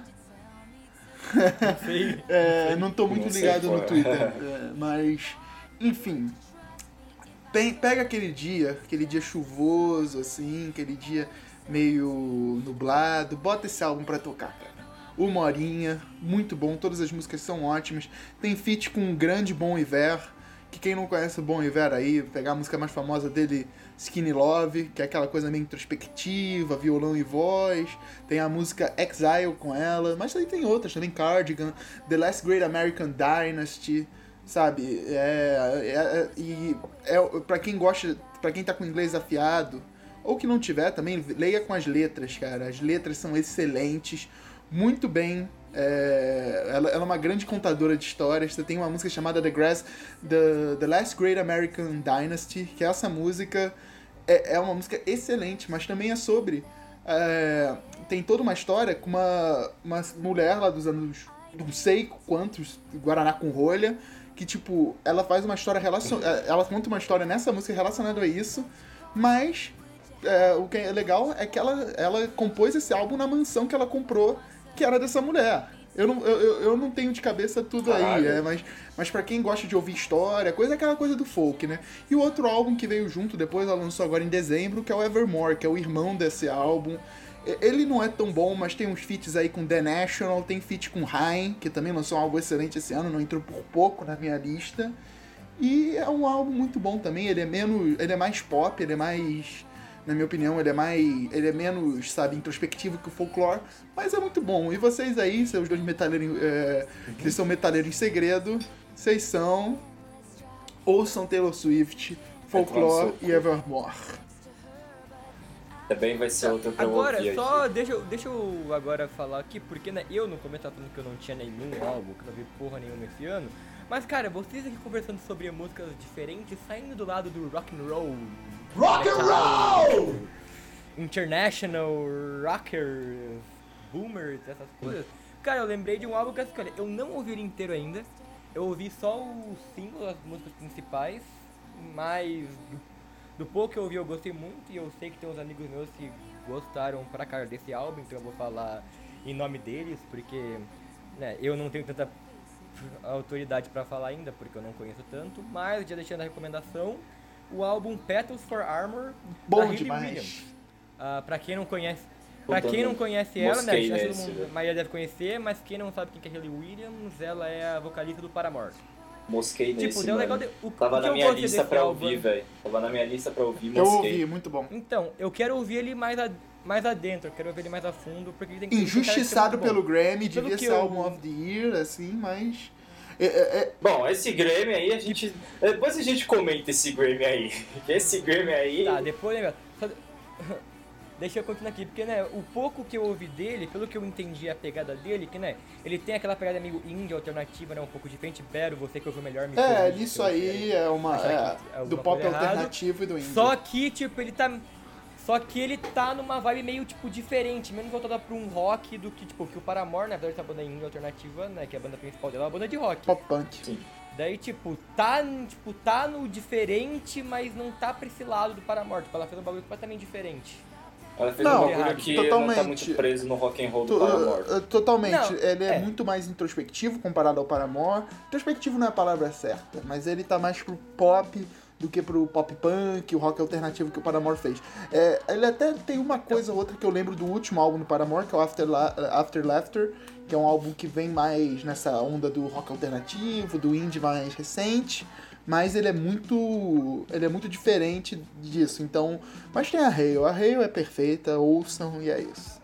Não sei. É, não tô muito Não sei, ligado pô. no Twitter. É, mas, enfim. Tem- pega aquele dia, aquele dia chuvoso, assim, aquele dia meio nublado. Bota esse álbum pra tocar, cara. Uma horinha, muito bom, todas as músicas são ótimas. Tem feat com um grande Bon Iver, que quem não conhece o Bon Iver aí, pegar a música mais famosa dele, Skinny Love, que é aquela coisa meio introspectiva, violão e voz. Tem a música Exile com ela, mas também tem outras, também Cardigan, The Last Great American Dynasty, sabe? É, é, é, e é, pra quem gosta, pra quem tá com inglês afiado, ou que não tiver também, leia com as letras, cara. As letras são excelentes, muito bem. É, ela, ela é uma grande contadora de histórias. Você tem uma música chamada The Grass, The, The Last Great American Dynasty, que essa música é, é uma música excelente, mas também é sobre... é, tem toda uma história com uma, uma mulher lá dos anos... não sei quantos, Guaraná com rolha, que tipo, ela faz uma história relacionada... ela conta uma história nessa música relacionada a isso, mas... É, o que é legal é que ela, ela compôs esse álbum na mansão que ela comprou, que era dessa mulher. Eu não, eu, eu- eu não tenho de cabeça tudo aí, Caralho. é, mas, mas pra quem gosta de ouvir história, coisa é aquela coisa do folk, né? E o outro álbum que veio junto depois, ela lançou agora em dezembro, que é o Evermore, que é o irmão desse álbum. E- Ele não é tão bom, mas tem uns feats aí com The National, tem feat com Haim, que também lançou um álbum excelente esse ano, não entrou por pouco na minha lista. E é um álbum muito bom também, ele é menos, ele é mais pop, ele é mais, na minha opinião, ele é mais, ele é menos, sabe, introspectivo que o Folklore, mas é muito bom. E vocês aí, seus dois metaleiros, é, que são metaleiros em segredo, vocês são, ouçam Taylor Swift, Folklore e Evermore. Também vai ser outra pra eu Agora, ouvir só aqui. deixa, eu- deixa eu agora falar aqui, porque né, eu no começo tava falando que eu não tinha nenhum álbum, que eu não vi porra nenhuma esse ano. Mas cara, vocês aqui conversando sobre músicas diferentes, saindo do lado do rock and roll, Rock and roll! international rockers, boomers, essas coisas. Cara, eu lembrei de um álbum que assim, cara, eu não ouvi ele inteiro ainda. Eu ouvi só os singles, as músicas principais, mas do, do pouco que eu ouvi eu gostei muito e eu sei que tem uns amigos meus que gostaram pra cara desse álbum, então eu vou falar em nome deles, porque né, eu não tenho tanta autoridade pra falar ainda, porque eu não conheço tanto, mas já deixando a recomendação, o álbum Petals for Armor Bom da Hayley demais. Williams. Ah, pra quem não conhece, pra Puta, quem não não conhece ela, né, mosquei já todo nesse, mundo, velho. a maioria deve conhecer, mas quem não sabe quem que é Hayley Williams, ela é a vocalista do Paramore. Mosquei nesse, Tipo, deu mano. legal. De... O, Tava o que na eu minha gostei lista desse pra álbum- ouvir, velho. Tava na minha lista pra ouvir, Eu mosquei. ouvi, muito bom. Então, eu quero ouvir ele mais, a... mais adentro, eu quero ouvir ele mais a fundo, porque ele tem que Injustiçado tem cara pelo que ser muito Grammy, Pelo devia que ser eu- Album of the Year, assim, mas... é- é- é- Bom, esse Grammy aí, a gente... Depois a gente comenta esse Grammy aí. Esse Grammy aí... bom. Tá, depois, né, só... Deixa eu continuar aqui, porque, né, o pouco que eu ouvi dele, pelo que eu entendi a pegada dele, que, né, ele tem aquela pegada meio indie, alternativa, né, um pouco diferente. Bero, você que ouviu melhor, me É, corrige se nisso eu aí estiver é uma... achar é, que é do alguma pop coisa errada. alternativo e do indie. Só que, tipo, ele tá... Só que ele tá numa vibe meio, tipo, diferente, menos voltada pra um rock do que, tipo, que o Paramore, na verdade, essa banda indie alternativa, né, que é a banda principal dela, é uma banda de rock. Pop punk. Sim. Daí, tipo, tá, tipo, tá no diferente, mas não tá pra esse lado do Paramore. Tipo, ela fez um bagulho completamente diferente. Ela fez Não, um bagulho que não tá totalmente. muito preso no rock and roll do To- Paramore. uh, uh, Totalmente. Não, ele é, é. muito mais introspectivo comparado ao Paramore. Introspectivo não é a palavra certa, mas ele tá mais pro pop do que pro pop punk, o rock alternativo que o Paramore fez. É, ele até tem uma coisa ou outra que eu lembro do último álbum do Paramore, que é o After, La- After Laughter, que é um álbum que vem mais nessa onda do rock alternativo, do indie mais recente, mas ele é muito ele é muito diferente disso. Então, mas tem a Hail, a Hail é perfeita, ouçam e é isso.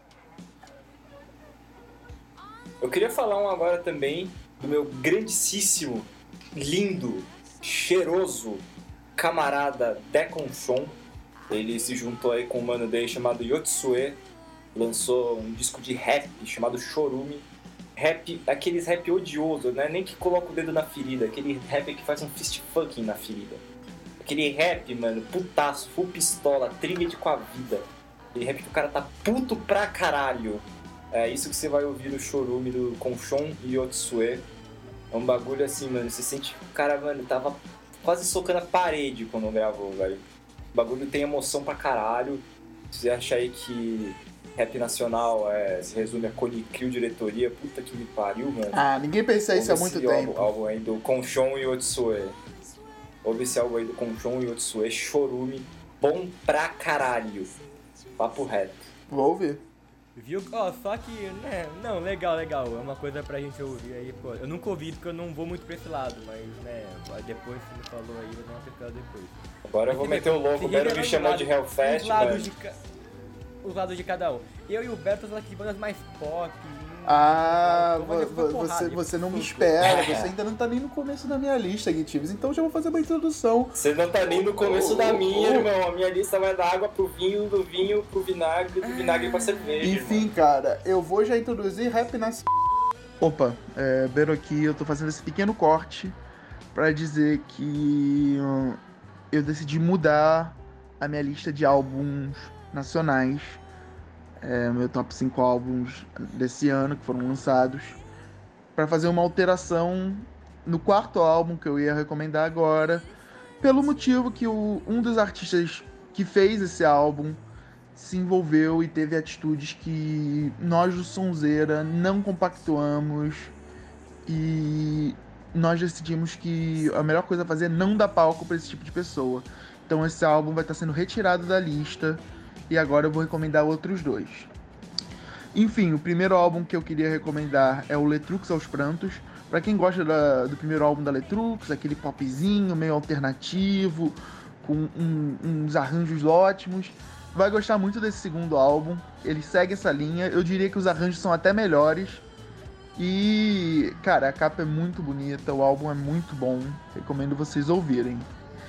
Eu queria falar um agora também do meu grandíssimo, lindo, cheiroso camarada Deconchon. Ele se juntou aí com um mano dele chamado Yotsue, lançou um disco de rap chamado Chorumi. Rap, aqueles rap odioso, né? Nem que coloca o dedo na ferida, aquele rap que faz um fist fucking na ferida. Aquele rap, mano, putaço, full pistola, trilha de com a vida. Aquele rap que o cara tá puto pra caralho. É isso que você vai ouvir no Chorumi do Conchon e Yotsue. É um bagulho assim, mano, você sente que o cara, mano, tava quase socando a parede quando gravou, velho. O bagulho tem emoção pra caralho. Se você acha aí que rap nacional é, se resume a Cone Crew diretoria, puta que me pariu, mano. Ah, ninguém pensa isso há Ouve muito esse tempo. Álbum, álbum aí do Conchon e Yotsue. Ouve esse álbum aí do Conchon e Yotsue, Chorumi, bom pra caralho. Papo reto. Vou ouvir. Viu? Ó, só que, né, não, legal, legal, é uma coisa pra gente ouvir aí, pô. Eu nunca ouvi porque eu não vou muito pra esse lado, mas, né, depois que você falou aí, eu vou dar uma pesquisada depois. Agora eu vou Porque, meter o louco, se o Bero me revelar chamou os de lados- Hellfest, os lados velho. de ca- Os lados de cada um. Eu e o Beto somos aqui de bandas mais pop. Ah, indie, mas vo- foi vo- porrada, você, você não me tudo. espera, você ainda não tá nem no começo da minha lista, Gitives, então já vou fazer uma introdução. Você não tá nem no começo da minha, Oh, oh. irmão. A minha lista vai da água pro vinho, do vinho pro vinagre, do vinagre pra cerveja. Enfim, irmão. cara, eu vou já introduzir rap nacional. Opa, é, Bero aqui, eu tô fazendo esse pequeno corte pra dizer que hum, eu decidi mudar a minha lista de álbuns nacionais. É, meu top cinco álbuns desse ano que foram lançados, para fazer uma alteração no quarto álbum que eu ia recomendar agora, pelo motivo que o, um dos artistas que fez esse álbum se envolveu e teve atitudes que nós do Sonzeira não compactuamos e nós decidimos que a melhor coisa a fazer é não dar palco para esse tipo de pessoa. Então esse álbum vai estar sendo retirado da lista. E agora eu vou recomendar outros dois. Enfim, o primeiro álbum que eu queria recomendar é o Letrux aos Prantos. Pra quem gosta da, do primeiro álbum da Letrux, aquele popzinho meio alternativo, com um, uns arranjos ótimos, vai gostar muito desse segundo álbum. Ele segue essa linha. Eu diria que os arranjos são até melhores. E, cara, a capa é muito bonita, o álbum é muito bom. Recomendo vocês ouvirem.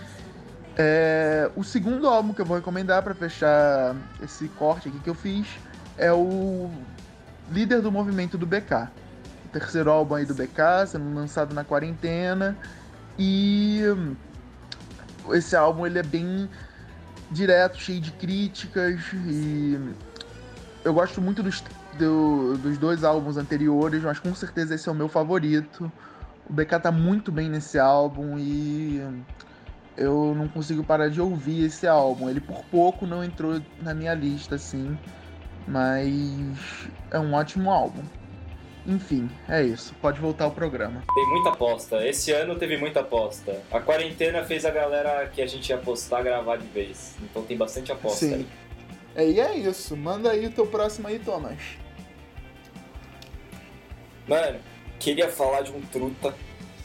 É, o segundo álbum que eu vou recomendar para fechar esse corte aqui que eu fiz é o Líder do Movimento do B K. O terceiro álbum aí do B K, sendo lançado na quarentena. E esse álbum ele é bem direto, cheio de críticas. E eu gosto muito dos, do, dos dois álbuns anteriores, mas com certeza esse é o meu favorito. O B K tá muito bem nesse álbum e eu não consigo parar de ouvir esse álbum. Ele por pouco não entrou na minha lista, assim, mas é um ótimo álbum. Enfim, é isso. Pode voltar ao programa. Tem muita aposta. Esse ano teve muita aposta. A quarentena fez a galera que a gente ia apostar gravar de vez. Então tem bastante aposta Sim. aí. É, e é isso. Manda aí o teu próximo aí, Thomas. Mano, queria falar de um truta.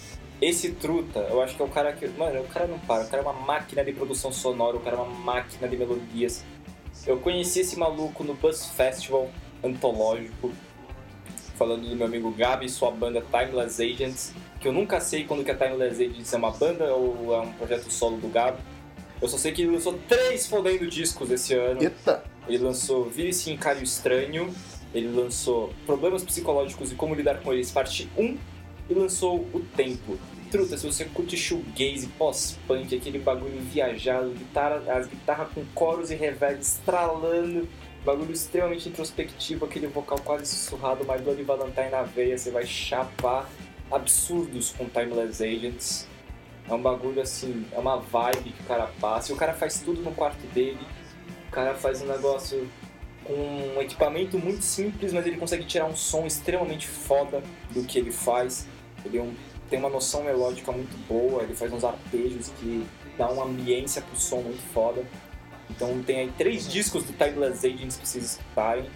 esse Truta, eu acho que é o cara que... Mano, o cara não para. O cara é uma máquina de produção sonora, o cara é uma máquina de melodias. Eu conheci esse maluco no Buzz Festival Antológico, falando do meu amigo Gabi e sua banda Timeless Agents, que eu nunca sei quando que a Timeless Agents é uma banda ou é um projeto solo do Gabi. Eu só sei que ele lançou três fodendo discos esse ano. Eita! Ele lançou Vire-se Encare o Estranho, ele lançou Problemas Psicológicos e Como Lidar com Eles, parte um, e lançou O Tempo. Truta, se você curte shoegaze, pós-punk, aquele bagulho viajado, guitarra, as guitarras com coros e reverb estralando, bagulho extremamente introspectivo, aquele vocal quase sussurrado, My Bloody Valentine na veia, você vai chapar absurdos com Timeless Agents. É um bagulho assim, é uma vibe que o cara passa, e o cara faz tudo no quarto dele, o cara faz um negócio com um equipamento muito simples, mas ele consegue tirar um som extremamente foda do que ele faz. Ele é um, tem uma noção melódica muito boa, ele faz uns arpejos que dá uma ambiência pro som muito foda. Então tem aí três discos do Timeless Agents pra vocês escutarem.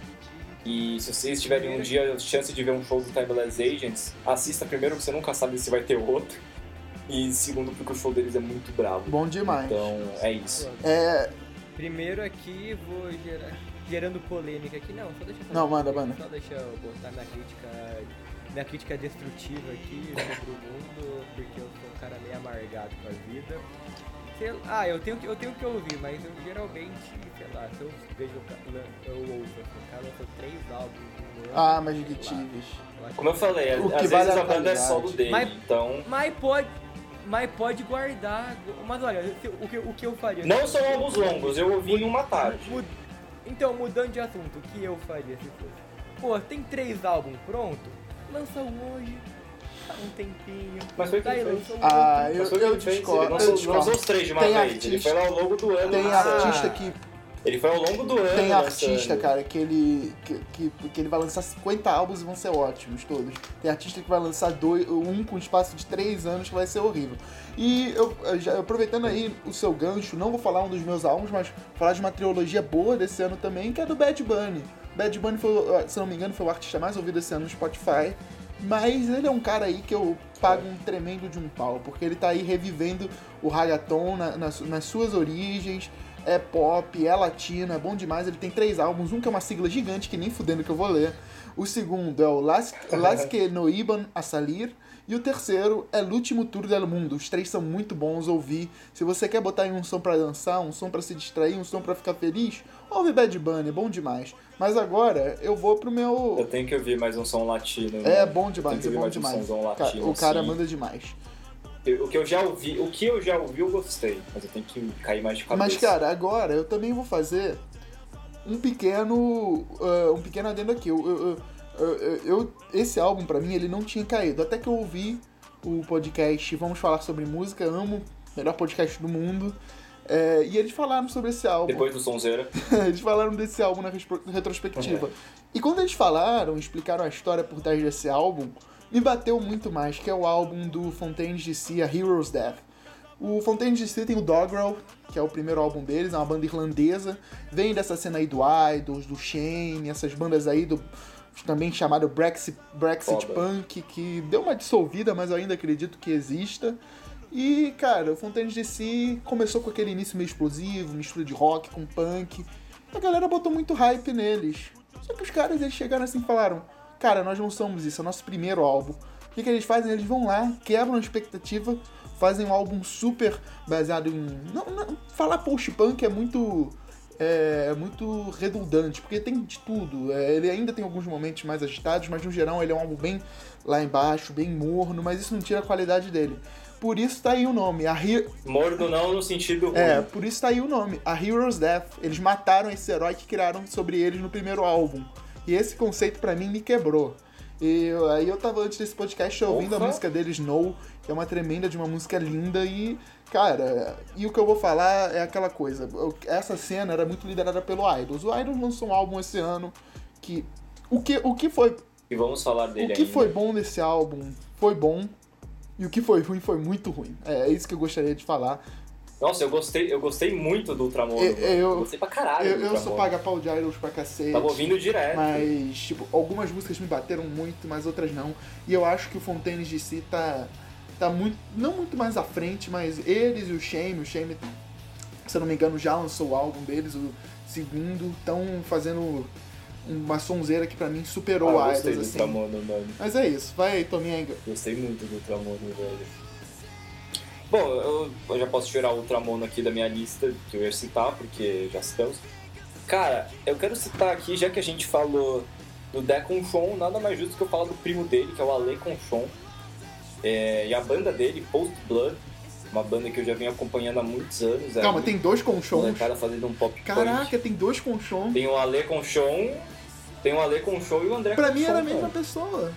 E se vocês tiverem um dia a chance de ver um show do Timeless Agents, assista primeiro, porque você nunca sabe se vai ter outro. E segundo, porque o show deles é muito bravo. Bom demais. Então é isso. É... Primeiro aqui, vou gerar, gerando polêmica aqui. Não, só deixa eu Não, manda, manda. Só deixa eu botar minha crítica, minha crítica destrutiva aqui sobre o mundo, porque eu sou um cara meio amargado com a vida. Sei, ah, eu tenho, que- eu tenho que ouvir, mas eu geralmente, sei lá, se eu vejo o cara, eu ouço, assim, o cara lançou três álbuns no ano. Ah, mas sei lá, Gitives. eu acho Como eu falei, O às que vezes vale a a banda é qualidade. solo dele, Mas- então... Mas pode, mas pode guardar. Mas olha, se- o que, o que eu faria? Não são álbuns longos, eu ouvi em uma tarde. Mud- Então, mudando de assunto, o que eu faria se fosse? Pô, tem três álbuns pronto? Lança um hoje, dá um tempinho. Mas foi o que daí ele lança fez. um Ah, outro. eu, Mas foi o que eu ele fez, discordo. ele Eu lançou, discordo. lançou os três de uma Tem vez, artista- ele foi ao longo do ano Tem lançando. artista que Ele foi ao longo do ano Tem artista, lançando. cara, que ele, que, que, que ele vai lançar cinquenta álbuns e vão ser ótimos todos. Tem artista que vai lançar dois, um com espaço de três anos que vai ser horrível. E eu, eu já, aproveitando aí o seu gancho, não vou falar um dos meus álbuns, mas falar de uma trilogia boa desse ano também, que é do Bad Bunny. Bad Bunny, foi, se não me engano, foi o artista mais ouvido esse ano no Spotify. Mas ele é um cara aí que eu pago um tremendo de um pau, porque ele tá aí revivendo o reggaeton na, nas, nas suas origens. É pop, é latina, é bom demais. Ele tem três álbuns, um que é uma sigla gigante que nem fudendo que eu vou ler. O segundo é o Las, Las que no iban a salir. E o terceiro é L'Ultimo Tour del Mundo. Os três são muito bons, ouvir. Se você quer botar em um som pra dançar, um som pra se distrair, um som pra ficar feliz, ouve Bad Bunny, é bom demais. Mas agora eu vou pro Eu meu... tenho que ouvir mais um som latino. É né? bom demais, Tem que é ouvir bom mais um demais. somzão Ca- latino, O cara assim. manda demais. Eu- O que eu já ouvi, o que eu já ouvi eu gostei, mas eu tenho que cair mais de cabeça. Mas, cara, agora eu também vou fazer um pequeno. uh, um pequeno adendo aqui. Eu, eu- eu- eu- eu- esse álbum, pra mim, ele não tinha caído. Até que eu ouvi o podcast Vamos Falar Sobre Música, amo, melhor podcast do mundo. É, e eles falaram sobre esse álbum. Depois do Sonzeira. Eles falaram desse álbum na respo- retrospectiva. E quando eles falaram, explicaram a história por trás desse álbum, me bateu muito mais, que é o álbum do Fontaines D C, A Hero's Death. O Fontaines D C tem o Dogrel, que é o primeiro álbum deles, é uma banda irlandesa, vem dessa cena aí do Idols, do Shane, essas bandas aí do também chamado Brexit, Brexit Foda. Punk, que deu uma dissolvida, mas eu ainda acredito que exista. E, cara, o Fontaines D C começou com aquele início meio explosivo, mistura de rock com punk. A galera botou muito hype neles. Só que os caras, eles chegaram assim e falaram: cara, nós não somos isso, é nosso primeiro álbum. O que, que eles fazem? Eles vão lá, quebram a expectativa, fazem um álbum super baseado em... Não, não, falar post-punk é muito... É muito redundante, porque tem de tudo. É, ele ainda tem alguns momentos mais agitados, mas no geral ele é um álbum bem lá embaixo, bem morno, mas isso não tira a qualidade dele. Por isso tá aí o nome, a He- Morno não no sentido ruim. é, por isso tá aí o nome, A Hero's Death. Eles mataram esse herói que criaram sobre eles no primeiro álbum. E esse conceito pra mim me quebrou. E eu- aí eu tava antes desse podcast ouvindo a Opa. música deles, No, que é uma tremenda de uma música linda e, cara, e o que eu vou falar é aquela coisa, eu- essa cena era muito liderada pelo Idols. O Idols lançou um álbum esse ano que... O que, o que foi E vamos falar dele o que ainda. foi bom nesse álbum foi bom, e o que foi ruim foi muito ruim. É, é isso que eu gostaria de falar. Nossa, eu gostei, eu gostei muito do Ultramono. Eu- mano. eu- gostei pra caralho Eu, do eu sou Ultramono. paga-pau de Idols pra cacete. Tava ouvindo direto. Mas, tipo, algumas músicas me bateram muito, mas outras não. E eu acho que o Fontaines D C tá, tá muito, não muito mais à frente, mas eles e o Shame, o Shame, se eu não me engano, já lançou o álbum deles, o segundo, estão fazendo uma sonzeira que pra mim superou Ah, a eu gostei Idols, do assim. Ultramono, mano. Mas é isso, vai, Tominga. Gostei muito do Ultramono, velho. Bom, eu, eu já posso tirar o Ultramono aqui da minha lista, que eu ia citar, porque já citamos. Cara, eu quero citar aqui, já que a gente falou do Dé Conchon, nada mais justo que eu falar do primo dele, que é o Ale Conchon. É, e a banda dele, Post Blood, uma banda que eu já venho acompanhando há muitos anos. Calma, aí, tem dois conchons? cara fazendo um pop Caraca, punk. tem dois conchons. Tem o Ale Conchon, tem o Ale Conchon e o André Pra Conchon. mim era a cara. mesma pessoa.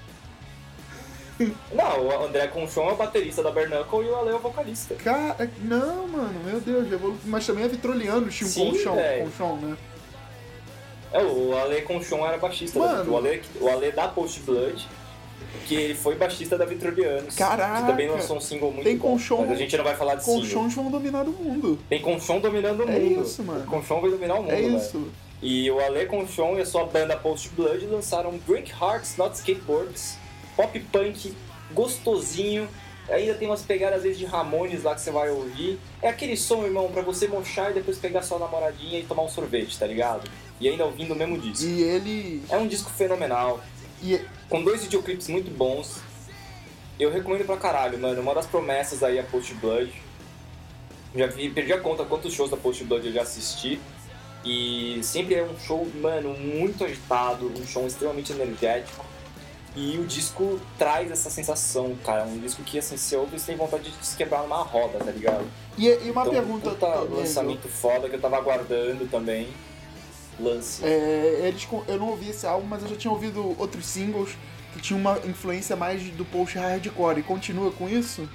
Não, o André Conchon é o baterista da Bernacle e o Ale é o vocalista. Cara, não, mano, meu Deus, já vou... mas também é vitroliano, tinha um Sim, colchão, velho. colchão, né? É, o Ale Conchon era baixista. Mano. Da, o, Ale, o Ale da Post Blood, que ele foi baixista da Vitrolianos. Caraca. Que também lançou um single muito Tem bom. Conchon- Mas a gente não vai falar de single. Colchões vão dominar o mundo. Tem Conchon dominando o É mundo. isso, mano. O Conchon vai dominar o mundo, É velho. isso. E o Ale Conchon e a sua banda Post Blood lançaram Break Hearts Not Skateboards, pop punk gostosinho. Ainda tem umas pegadas às vezes de Ramones lá que você vai ouvir. É aquele som, irmão, pra você mochar e depois pegar sua namoradinha e tomar um sorvete, tá ligado? E ainda ouvindo o mesmo disco. E ele... É um disco fenomenal, E... com dois videoclipes muito bons. Eu recomendo pra caralho, mano. Uma das promessas aí é Post Blood. Já vi, perdi a conta quantos shows da Post Blood eu já assisti. E sempre é um show, mano, muito agitado, um show extremamente energético. E o disco traz essa sensação, cara. Um disco que, assim, você ouve e você tem vontade de se quebrar numa roda, tá ligado? E, e uma Então, pergunta... puta Tominga. lançamento foda que eu tava aguardando também. Lance. É, eles, eu não ouvi esse álbum, mas eu já tinha ouvido outros singles que tinham uma influência mais do post hardcore. E continua com isso?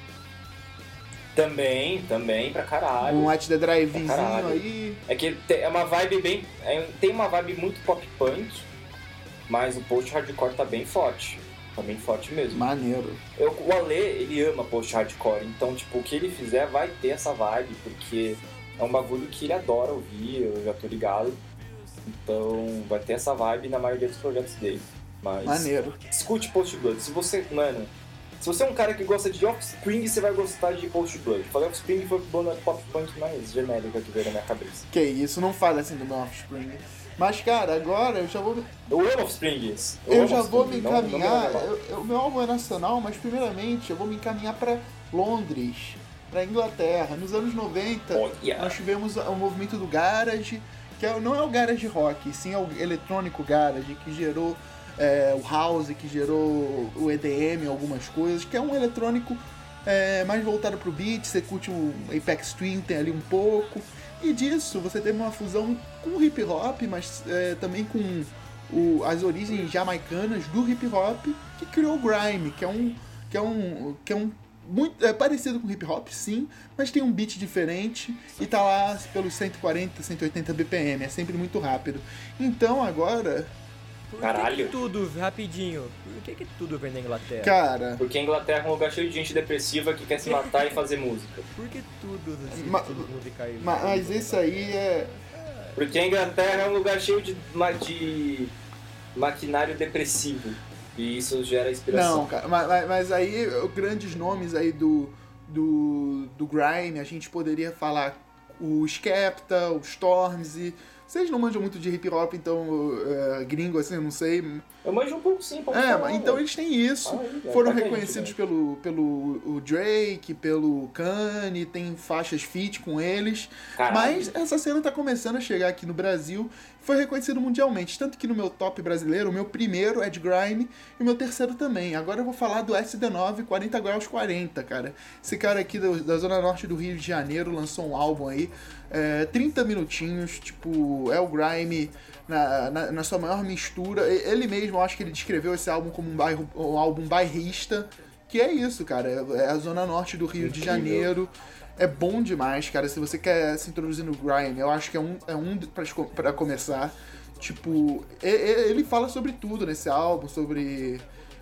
Também, também, pra caralho. Um At The Drive-inzinho Pra caralho. aí... É que te- é uma vibe bem... é- tem uma vibe muito pop punk, mas o post hardcore tá bem forte. Tá bem forte mesmo. Maneiro. Eu, o Ale, ele ama post hardcore, então, tipo, o que ele fizer vai ter essa vibe, porque é um bagulho que ele adora ouvir, eu já tô ligado. Então, vai ter essa vibe na maioria dos projetos dele. Mas Maneiro. escute Post Blood. Se você, mano, se você é um cara que gosta de Offspring, você vai gostar de Post Blood. Falei Offspring foi a banda pop punk mais genérica que veio na minha cabeça. Que isso, não fala assim do meu Offspring. Mas, cara, agora eu já vou... Eu amo Offspring. Eu amo já vou me Offspring, não- não encaminhar. leva mal. eu- eu- O meu álbum é nacional, mas primeiramente eu vou me encaminhar pra Londres, pra Inglaterra. Nos anos noventa, Olha. nós tivemos o movimento do garage, que é- não é o garage rock, sim é o eletrônico garage, que gerou é, o house, que gerou o E D M, algumas coisas, que é um eletrônico é, mais voltado pro beat. Você curte o Apex Twin, tem ali um pouco. E disso você teve uma fusão com o hip hop, mas é, também com o- as origens jamaicanas do hip hop, que criou o grime, que é um que é um que é um muito é parecido com hip hop, sim, mas tem um beat diferente e tá lá pelos cento e quarenta, cento e oitenta B P M, é sempre muito rápido. Então agora, Por Caralho. que, que tudo, rapidinho, por que, que tudo vem da Inglaterra? cara, Porque a Inglaterra é um lugar cheio de gente depressiva que quer se matar e fazer música. Por que tudo os Ma- estilos musicais? ma- mas esse aí é Porque a Inglaterra é um lugar cheio de, ma- de maquinário depressivo. E isso gera inspiração. Não, cara, mas, mas- mas aí o- grandes nomes aí do, do, do grime, a gente poderia falar o Skepta, o Stormzy. Vocês não manjam muito de hip hop, então é, gringo assim, eu não sei. Eu manjo um pouco sim, pode É, falar, mas então velho. eles têm isso. Fala aí, velho. Foram Tá quente, reconhecidos velho. pelo, pelo o Drake, pelo Kanye, tem faixas feat com eles. Caralho. Mas essa cena tá começando a chegar aqui no Brasil. Foi reconhecido mundialmente. Tanto que no meu top brasileiro, o meu primeiro é de grime e o meu terceiro também. Agora eu vou falar do S D nove quarenta graus quarenta, cara. Esse cara aqui do- da zona norte do Rio de Janeiro lançou um álbum aí. É, trinta minutinhos, tipo, é o grime na, na, na sua maior mistura. E- Ele mesmo, eu acho que ele descreveu esse álbum como um, bairro, um álbum bairrista. Que é isso, cara. É é a zona norte do Rio de Incrível. Janeiro. É bom demais, cara. Se você quer se introduzir no grime, eu acho que é um, é um pra, esco- pra começar. Tipo, e- e- ele fala sobre tudo nesse álbum, sobre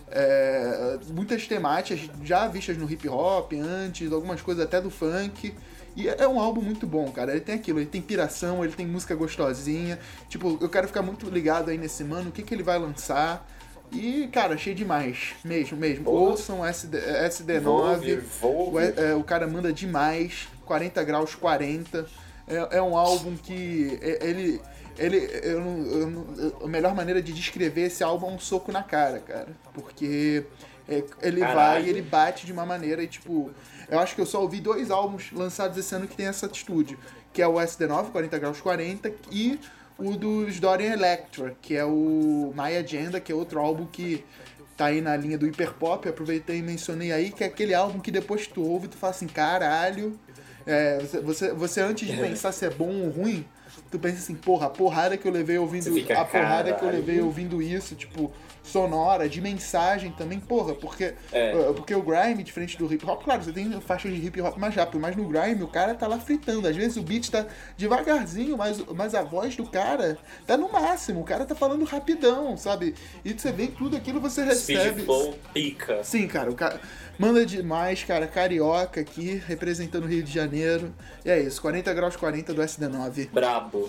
é, muitas temáticas já vistas no hip hop antes, algumas coisas até do funk. E é um álbum muito bom, cara. Ele tem aquilo, ele tem piração, ele tem música gostosinha. Tipo, eu quero ficar muito ligado aí nesse mano, o que, que ele vai lançar. E, cara, achei demais. Mesmo, mesmo. Boa. Ouçam S D, S D Vou nove. ouvir, vou O, ouvir. é, o cara manda demais. quarenta graus quarenta. É, é um álbum que é- ele. ele eu não, eu não- eu- a melhor maneira de descrever esse álbum é um soco na cara, cara. Porque é, ele Caralho. vai e ele bate de uma maneira e, tipo. Eu acho que eu só ouvi dois álbuns lançados esse ano que tem essa atitude. Que é o S D nove, quarenta graus quarenta, e o dos Dorian Electra, que é o My Agenda, que é outro álbum que tá aí na linha do hiperpop. Eu aproveitei e mencionei aí, que é aquele álbum que depois tu ouve e tu fala assim, caralho. É, você, você, você antes de pensar se é bom ou ruim, tu pensa assim, porra, a porrada que eu levei ouvindo. Você fica, A porrada que eu caralho. levei ouvindo isso, tipo, sonora, de mensagem também, porra, porque, É. uh, porque o grime, diferente do hip hop, claro, você tem faixas de hip hop mais rápido, mas no grime o cara tá lá fritando. Às vezes o beat tá devagarzinho, mas, mas a voz do cara tá no máximo, o cara tá falando rapidão, sabe? E você vê tudo aquilo, você recebe. Speed Flow pica. Sim, cara, o cara manda demais, cara, carioca aqui, representando o Rio de Janeiro. E é isso, quarenta graus quarenta do S D nove. Brabo.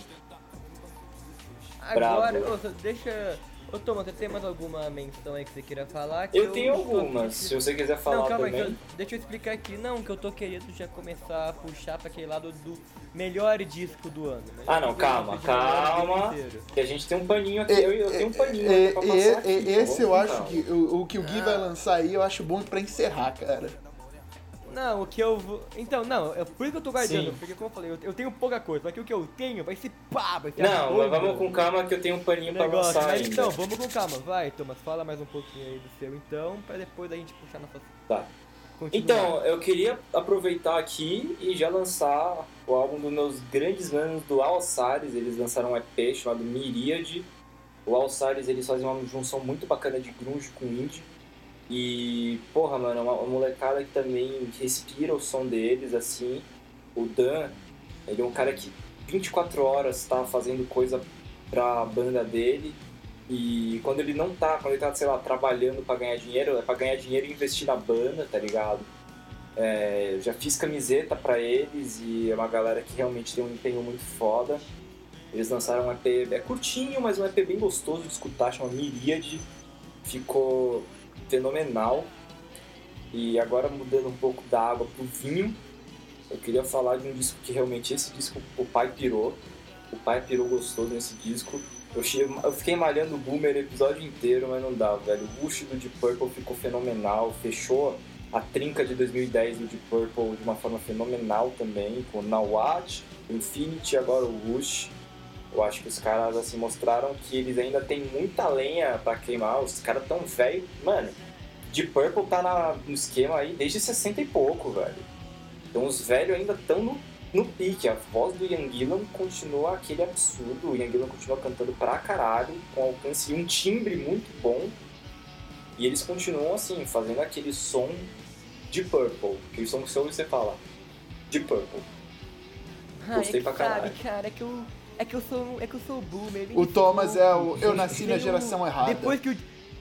Agora, Bravo. ô, só deixa... Ô, Thomas, você tem mais alguma menção aí que você queira falar? Que Eu tenho tô aqui- algumas, se você quiser falar Não, calma aí, também. que eu- deixa eu explicar aqui. Não, que eu tô querendo já começar a puxar pra aquele lado do melhor disco do ano. Melhor Ah, não, disco calma, do ano calma. inteiro. Que a gente tem um paninho aqui, eu, eu tenho um paninho É, aqui pra é, passar aqui. é, então esse eu vamos acho com que o, o que o Gui vai lançar aí, eu acho bom pra encerrar, cara. Não, o que eu vou... Então, não, é por isso que eu tô guardando. Sim. Porque, como eu falei, eu, eu tenho pouca coisa. Só que o que eu tenho vai ser pá, vai ser Não, a mas bomba vamos com calma que eu tenho um paninho do pra negócio. lançar Mas ainda. então, vamos com calma. Vai, Thomas, fala mais um pouquinho aí do seu então, pra depois a gente puxar nossa... Tá. continuar. Então, eu queria aproveitar aqui e já lançar o álbum dos meus grandes manos do Alçares. Eles lançaram um E P chamado Miríade. O Alçares, eles fazem uma junção muito bacana de grunge com indie. E, porra, mano, uma, uma molecada que também respira o som deles, assim. O Dan, ele é um cara que vinte e quatro horas tá fazendo coisa pra banda dele. E quando ele não tá, quando ele tá, sei lá, trabalhando pra ganhar dinheiro, é pra ganhar dinheiro e investir na banda, tá ligado? É, eu já fiz camiseta pra eles e é uma galera que realmente tem um empenho muito foda. Eles lançaram um E P, é curtinho, mas um E P bem gostoso de escutar, chama Miríade. Ficou fenomenal. E agora mudando um pouco da água pro vinho, eu queria falar de um disco que realmente, esse disco, o pai pirou. O pai pirou gostoso nesse disco. Eu, che... eu fiquei malhando o Boomer o episódio inteiro, mas não dá, velho. O Rush do Deep Purple ficou fenomenal, fechou a trinca de dois mil e dez do Deep Purple de uma forma fenomenal também, com o Now What, Infinity e agora o Rush. Eu acho que os caras assim mostraram que eles ainda têm muita lenha pra queimar, os caras tão velho. Mano, Deep Purple tá na... no esquema aí desde sessenta e pouco, velho. Então os velhos ainda estão no No pique, a voz do Ian Gillan continua aquele absurdo, o Ian Gillan continua cantando pra caralho, com alcance e um timbre muito bom, e eles continuam assim, fazendo aquele som de Purple, aquele som que você ouve e você fala, de Purple. Ah, Gostei é pra que caralho. sabe, cara, é que eu... É que eu sou, é que eu sou boomer. O Thomas é o eu nasci na Veio- geração errada. Depois que o...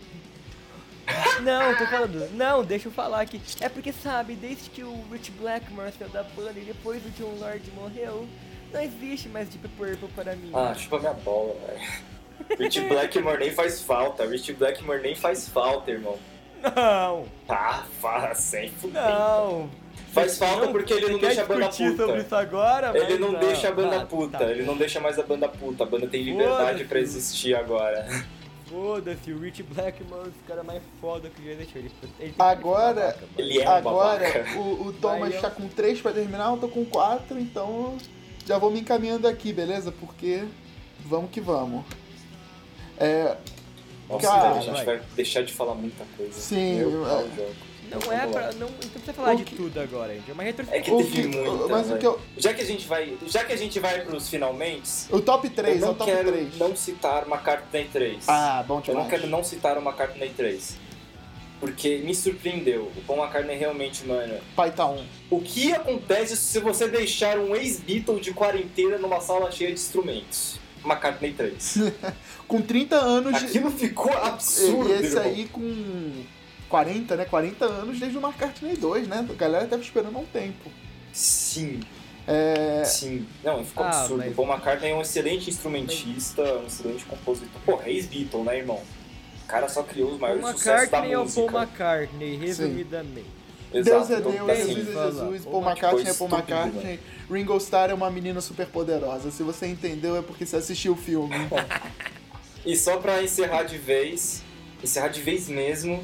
Não, tô falando... Não, deixa eu falar aqui. É porque, sabe, desde que o Rich Blackmore saiu da banda e depois o John Lord morreu, não existe mais Deep Purple para mim. Ah, chupa minha bola, velho. Rich Blackmore nem faz falta, Rich Blackmore nem faz falta, irmão. Não, Tá, faz sem fuder. não. Faz Você falta porque ele você não quer deixa a banda discutir puta. sobre isso agora, mas Ele não, deixa a banda Ah, puta, tá. ele não deixa mais a banda puta, a banda tem liberdade Foda-se. pra existir agora. Foda-se, o Rich Blackmore é o cara mais foda que já existiu. Ele, ele tem que Agora- ser babaca, mano. Ele é um Agora, babaca. o, o Thomas Vai, tá com três pra terminar, eu tô com quatro, então já vou me encaminhando aqui, beleza? Porque vamos que vamos. É, Nossa, Cara, velho, a gente vai. vai deixar de falar muita coisa. Sim, Meu é. pau, jogo. Não Então, é vamos lá. pra... Não, não precisa falar O de que- tudo agora, gente. É uma É que retrospectiva. o teve que- muita, mas o velho. que eu- Já que a gente vai, já que a gente vai pros finalmente, o top eu três, é não o top quero três. não citar McCartney três. Ah, bom eu demais. não quero não citar o McCartney três. Porque me surpreendeu. O Paul McCartney realmente, mano. Pai tá um. O que acontece se você deixar um ex-Beatle de quarentena numa sala cheia de instrumentos? McCartney três. Com trinta anos de... Aquilo ficou absurdo, E esse irmão. aí com quarenta, né? quarenta anos desde o McCartney dois, né? A galera tava esperando há um tempo. Sim, É... sim. Não, ficou Ah, absurdo. mas- O Paul McCartney é um excelente instrumentista, um excelente compositor. Porra, ex-Beatle, né, irmão? O cara só criou os Paul maiores sucessos da McCartney é o Paul música. McCartney, resumidamente. Deus Exato, é então, Deus, assim, Jesus é fala, Jesus, Paul Paul McCartney é McCartney Paul estúpido, McCartney, Ringo Starr é uma menina super poderosa. Se você entendeu é porque você assistiu o filme. E só pra encerrar de vez, encerrar de vez mesmo,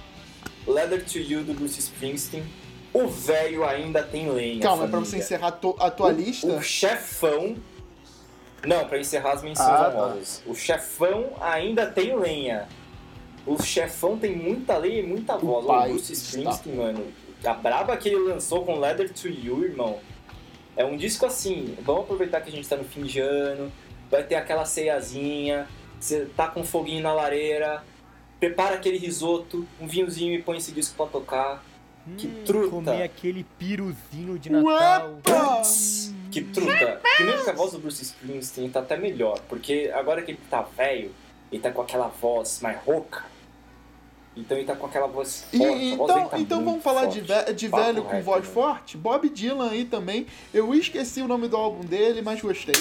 Letter to You do Bruce Springsteen, o velho ainda tem lenha. Calma, é família. pra você encerrar to- a tua o, lista? O chefão... Não, pra encerrar as menções Ah, tá. honrosas. O chefão ainda tem lenha. O chefão tem muita lenha e muita voz. O pai Bruce está. Springsteen, mano, a braba que ele lançou com Letter to You, irmão, é um disco assim, vamos aproveitar que a gente tá no fim de ano, vai ter aquela ceiazinha, você tá com um foguinho na lareira, prepara aquele risoto, um vinhozinho e põe esse disco pra tocar. Que Hum, truta. Comer aquele piruzinho de Natal. Uepa! Que truta. Primeiro que a voz do Bruce Springsteen tá até melhor, porque agora que ele tá velho, ele tá com aquela voz mais rouca, então ele tá com aquela voz E, forte. a voz dele então, tá então muito vamos falar forte. de, ve- de Papo velho com reto, voz né? forte? Bob Dylan aí também. Eu esqueci o nome do álbum dele, mas gostei.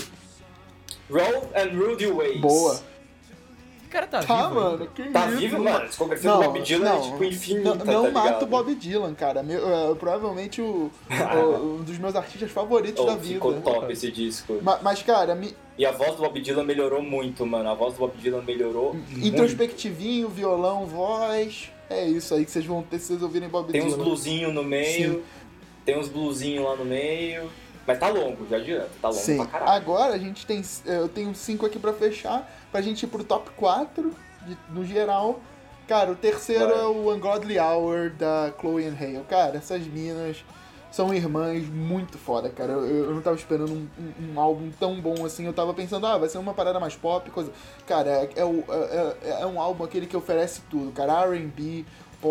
Roll and Rudy Ways. Boa. Esse cara tá, Tá, vivo ainda. mano, que Tá isso, vivo, não- mano? A discografia do Bob Dylan é tipo infinita, Não, não tá mata ligado? o Bob Dylan, cara. Meu, é, provavelmente o, o- um dos meus artistas favoritos Oh, da vida. ficou top esse disco. Ma- Mas, cara, mi- E a voz do Bob Dylan melhorou muito, mano. A voz do Bob Dylan melhorou muito. introspectivinho, violão, voz. É isso aí que vocês vão ter se vocês ouvirem Bob Tem Dylan. uns bluesinhos no meio, Sim. tem uns blusinhos lá no meio. Mas tá longo, já adianta. Tá longo Sim. pra caralho. Agora a gente tem. Eu tenho cinco aqui pra fechar, pra gente ir pro top quatro de- no geral. Cara, o terceiro Vai. é o Ungodly Hour da Chloe and Hale. Cara, essas minas são irmãs muito foda, cara. Eu, eu não tava esperando um, um- um álbum tão bom assim. Eu tava pensando, ah, vai ser uma parada mais pop, coisa. Cara, é, é, o- é- é- é um álbum aquele que oferece tudo, cara. R and B,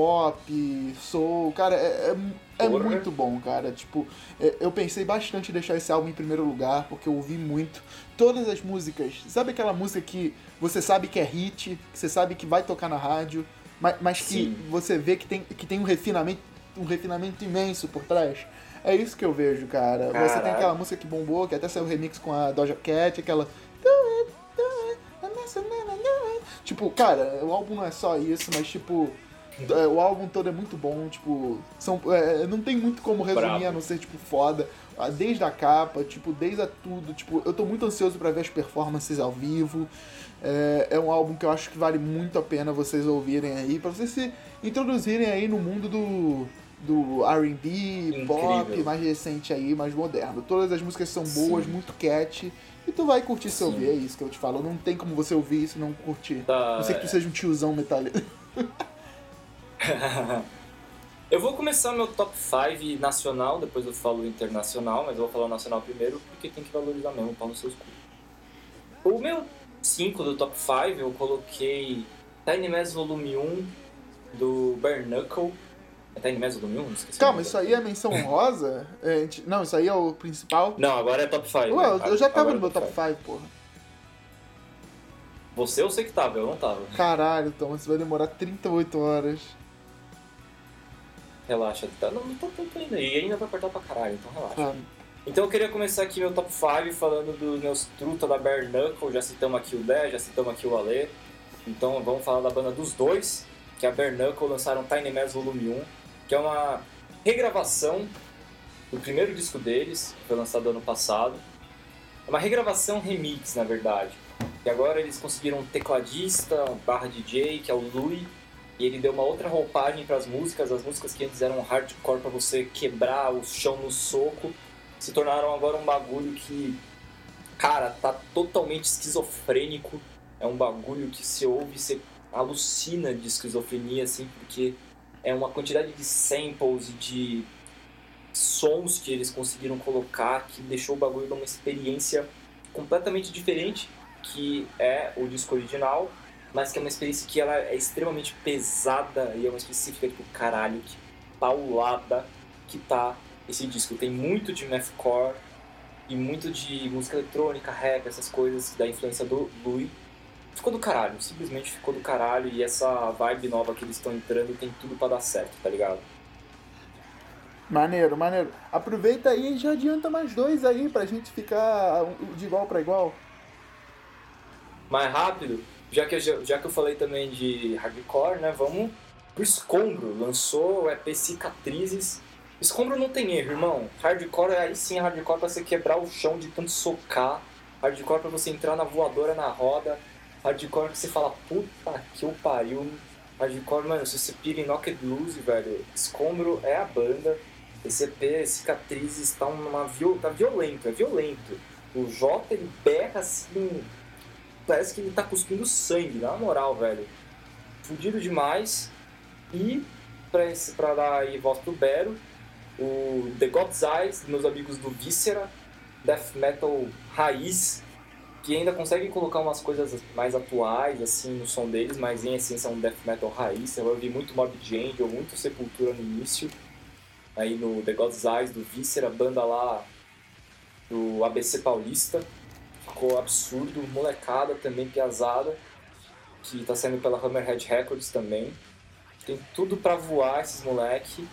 pop, soul, cara, é, é, é Porra. muito bom, cara. Tipo, é, eu pensei bastante em deixar esse álbum em primeiro lugar, porque eu ouvi muito. Todas as músicas, sabe aquela música que você sabe que é hit, que você sabe que vai tocar na rádio, mas, mas que Sim. você vê que tem, que tem um refinamento, um refinamento imenso por trás? É isso que eu vejo, cara. Você tem Caralho. aquela música que bombou, que até saiu remix com a Doja Cat, aquela... Do it, do it, I'm not so mad, I know it. Tipo, cara, o álbum não é só isso, mas tipo... é, o álbum todo é muito bom, tipo... São, é, não tem muito como resumir Brabo. a não ser, tipo, foda. Ah, desde a capa, tipo, desde a tudo. Tipo, eu tô muito ansioso pra ver as performances ao vivo. É, é um álbum que eu acho que vale muito a pena vocês ouvirem aí, pra vocês se introduzirem aí no mundo do, do R and B, Incrível. pop, mais recente aí, mais moderno. Todas as músicas são boas, Sim. muito catchy. E tu vai curtir se Sim. ouvir, é isso que eu te falo. Não tem como você ouvir isso e não curtir. Tá, Não sei que tu seja um tiozão metalheiro. Eu vou começar meu top cinco nacional, depois eu falo internacional, mas eu vou falar o nacional primeiro porque tem que valorizar mesmo o pau nos seus cu. O meu cinco do top cinco eu coloquei Tiny Mess Volume um do Bare Knuckle. É Tiny Mess Volume um? Esqueci o Calma, nome isso aí é menção honrosa? É, gente- não, isso aí é o principal. Não, agora é top cinco. Ué, eu- eu já tava Agora no meu é top cinco. cinco, porra. Você eu sei que tava, eu não tava. Caralho, Tom, isso vai demorar trinta e oito horas. Relaxa, tá, não, não tá tanto ainda. E ainda vai cortar pra caralho, então relaxa. Ah, Então eu queria começar aqui meu top cinco falando dos meus truta da Bare Knuckle. Já citamos aqui o Dé, já citamos aqui o Ale. Então vamos falar da banda dos dois, que é a Bare Knuckle, lançaram Tiny Mess Volume um, que é uma regravação do primeiro disco deles, que foi lançado ano passado. É uma regravação remix, na verdade. E agora eles conseguiram um tecladista, um barra D J, que é o Louis, e ele deu uma outra roupagem para as músicas. As músicas que antes eram hardcore para você quebrar o chão no soco, se tornaram agora um bagulho que, cara, tá totalmente esquizofrênico. É um bagulho que você ouve e você alucina de esquizofrenia, assim, porque é uma quantidade de samples e de sons que eles conseguiram colocar que deixou o bagulho numa experiência completamente diferente, que é o disco original, mas que é uma experiência que ela é extremamente pesada e é uma experiência que fica tipo, caralho, que paulada que tá esse disco. Tem muito de mathcore e muito de música eletrônica, rap, essas coisas da influência do Louis. Ficou do caralho, simplesmente ficou do caralho, e essa vibe nova que eles estão entrando tem tudo pra dar certo, tá ligado? maneiro, maneiro. Aproveita aí e já adianta mais dois aí pra gente ficar de igual pra igual. Mais rápido, já que, eu, já que eu falei também de hardcore, né, vamos pro Escombro. Lançou o E P Cicatrizes. Escombro não tem erro, irmão. Hardcore, aí sim, hardcore pra você quebrar o chão de tanto socar. Hardcore pra você entrar na voadora, na roda. Hardcore que você fala, puta que o pariu. Hardcore, mano, se você pira em Knocked Loose, velho, Escombro é a banda. Esse E P Cicatrizes tá, uma viol... tá violento, é violento. O Jota, ele berra assim, parece que ele tá cuspindo sangue, na moral, velho. Fudido demais. E, pra, esse, pra dar aí voz pro Bero, o The God's Eyes, meus amigos do Víscera, Death Metal raiz, que ainda conseguem colocar umas coisas mais atuais, assim, no som deles, mas em essência é um Death Metal raiz. Eu ouvi muito Morbid Angel, muito Sepultura no início, aí no The God's Eyes, do Víscera, banda lá do A B C Paulista, ficou absurdo, molecada também, piazada, que tá saindo pela Hammerhead Records também. Tem tudo pra voar esses moleque.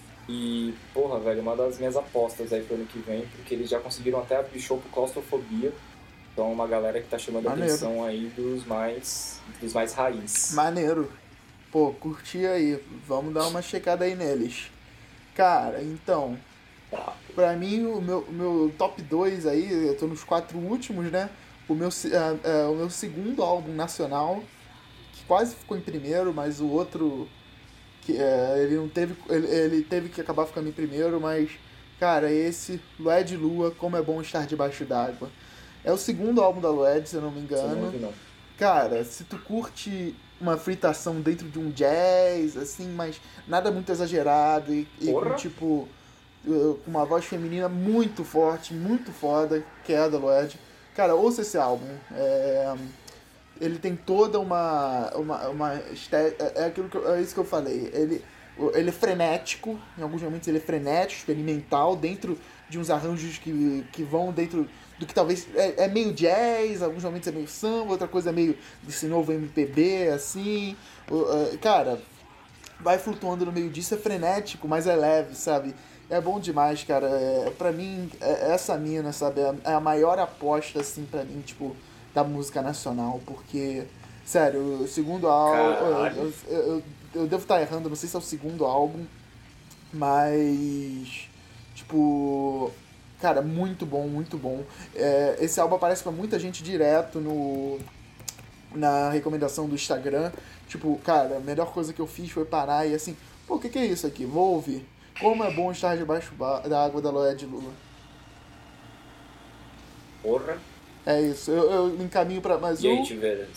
E, porra, velho, uma das minhas apostas aí pro ano que vem, porque eles já conseguiram até abrir show pro Claustrofobia. Então, uma galera que tá chamando a Maneiro. atenção aí dos mais, dos mais raiz. Maneiro. Pô, curti aí. Vamos dar uma checada aí neles. Cara, então, Tá. pra mim, o meu, o meu top dois aí, eu tô nos quatro últimos, né? O meu, se- ah, ah, o meu segundo álbum nacional, que quase ficou em primeiro, mas o outro, que é, ele não teve, ele, ele teve que acabar ficando em primeiro, mas, cara, esse, Lued Lua, Como é Bom Estar Debaixo d'Água. É o segundo álbum da Lued, se eu não me Você não engano. ouve, não. Cara, se tu curte uma fritação dentro de um jazz, assim, mas nada muito exagerado e, e com, Porra. tipo, uh, uma voz feminina muito forte, muito foda, que é a da Lued. Cara, ouça esse álbum. É, ele tem toda uma... uma, uma esté- é, é aquilo que eu- é isso que eu falei. Ele, ele é frenético, em alguns momentos ele é frenético, experimental, dentro de uns arranjos que, que vão dentro do que talvez é, é meio jazz, alguns momentos é meio samba, outra coisa é meio desse novo M P B, assim. O, uh, cara, vai flutuando no meio disso, é frenético, mas é leve, sabe? É bom demais, cara. É, pra mim, é, essa mina, sabe, é a, é a maior aposta, assim, pra mim, tipo, da música nacional, porque, sério, o segundo álbum. Caralho. Eu, eu, eu, eu devo estar errando, não sei se é o segundo álbum, mas. Tipo. Cara, muito bom, muito bom. É, esse álbum aparece pra muita gente direto no na recomendação do Instagram. Tipo, cara, a melhor coisa que eu fiz foi parar e assim, pô, o que, que é isso aqui? Vou ouvir. Como é bom estar debaixo ba- da água da Lued Lua. Porra. É isso, eu, eu encaminho pra mais E aí, um. Tiveira?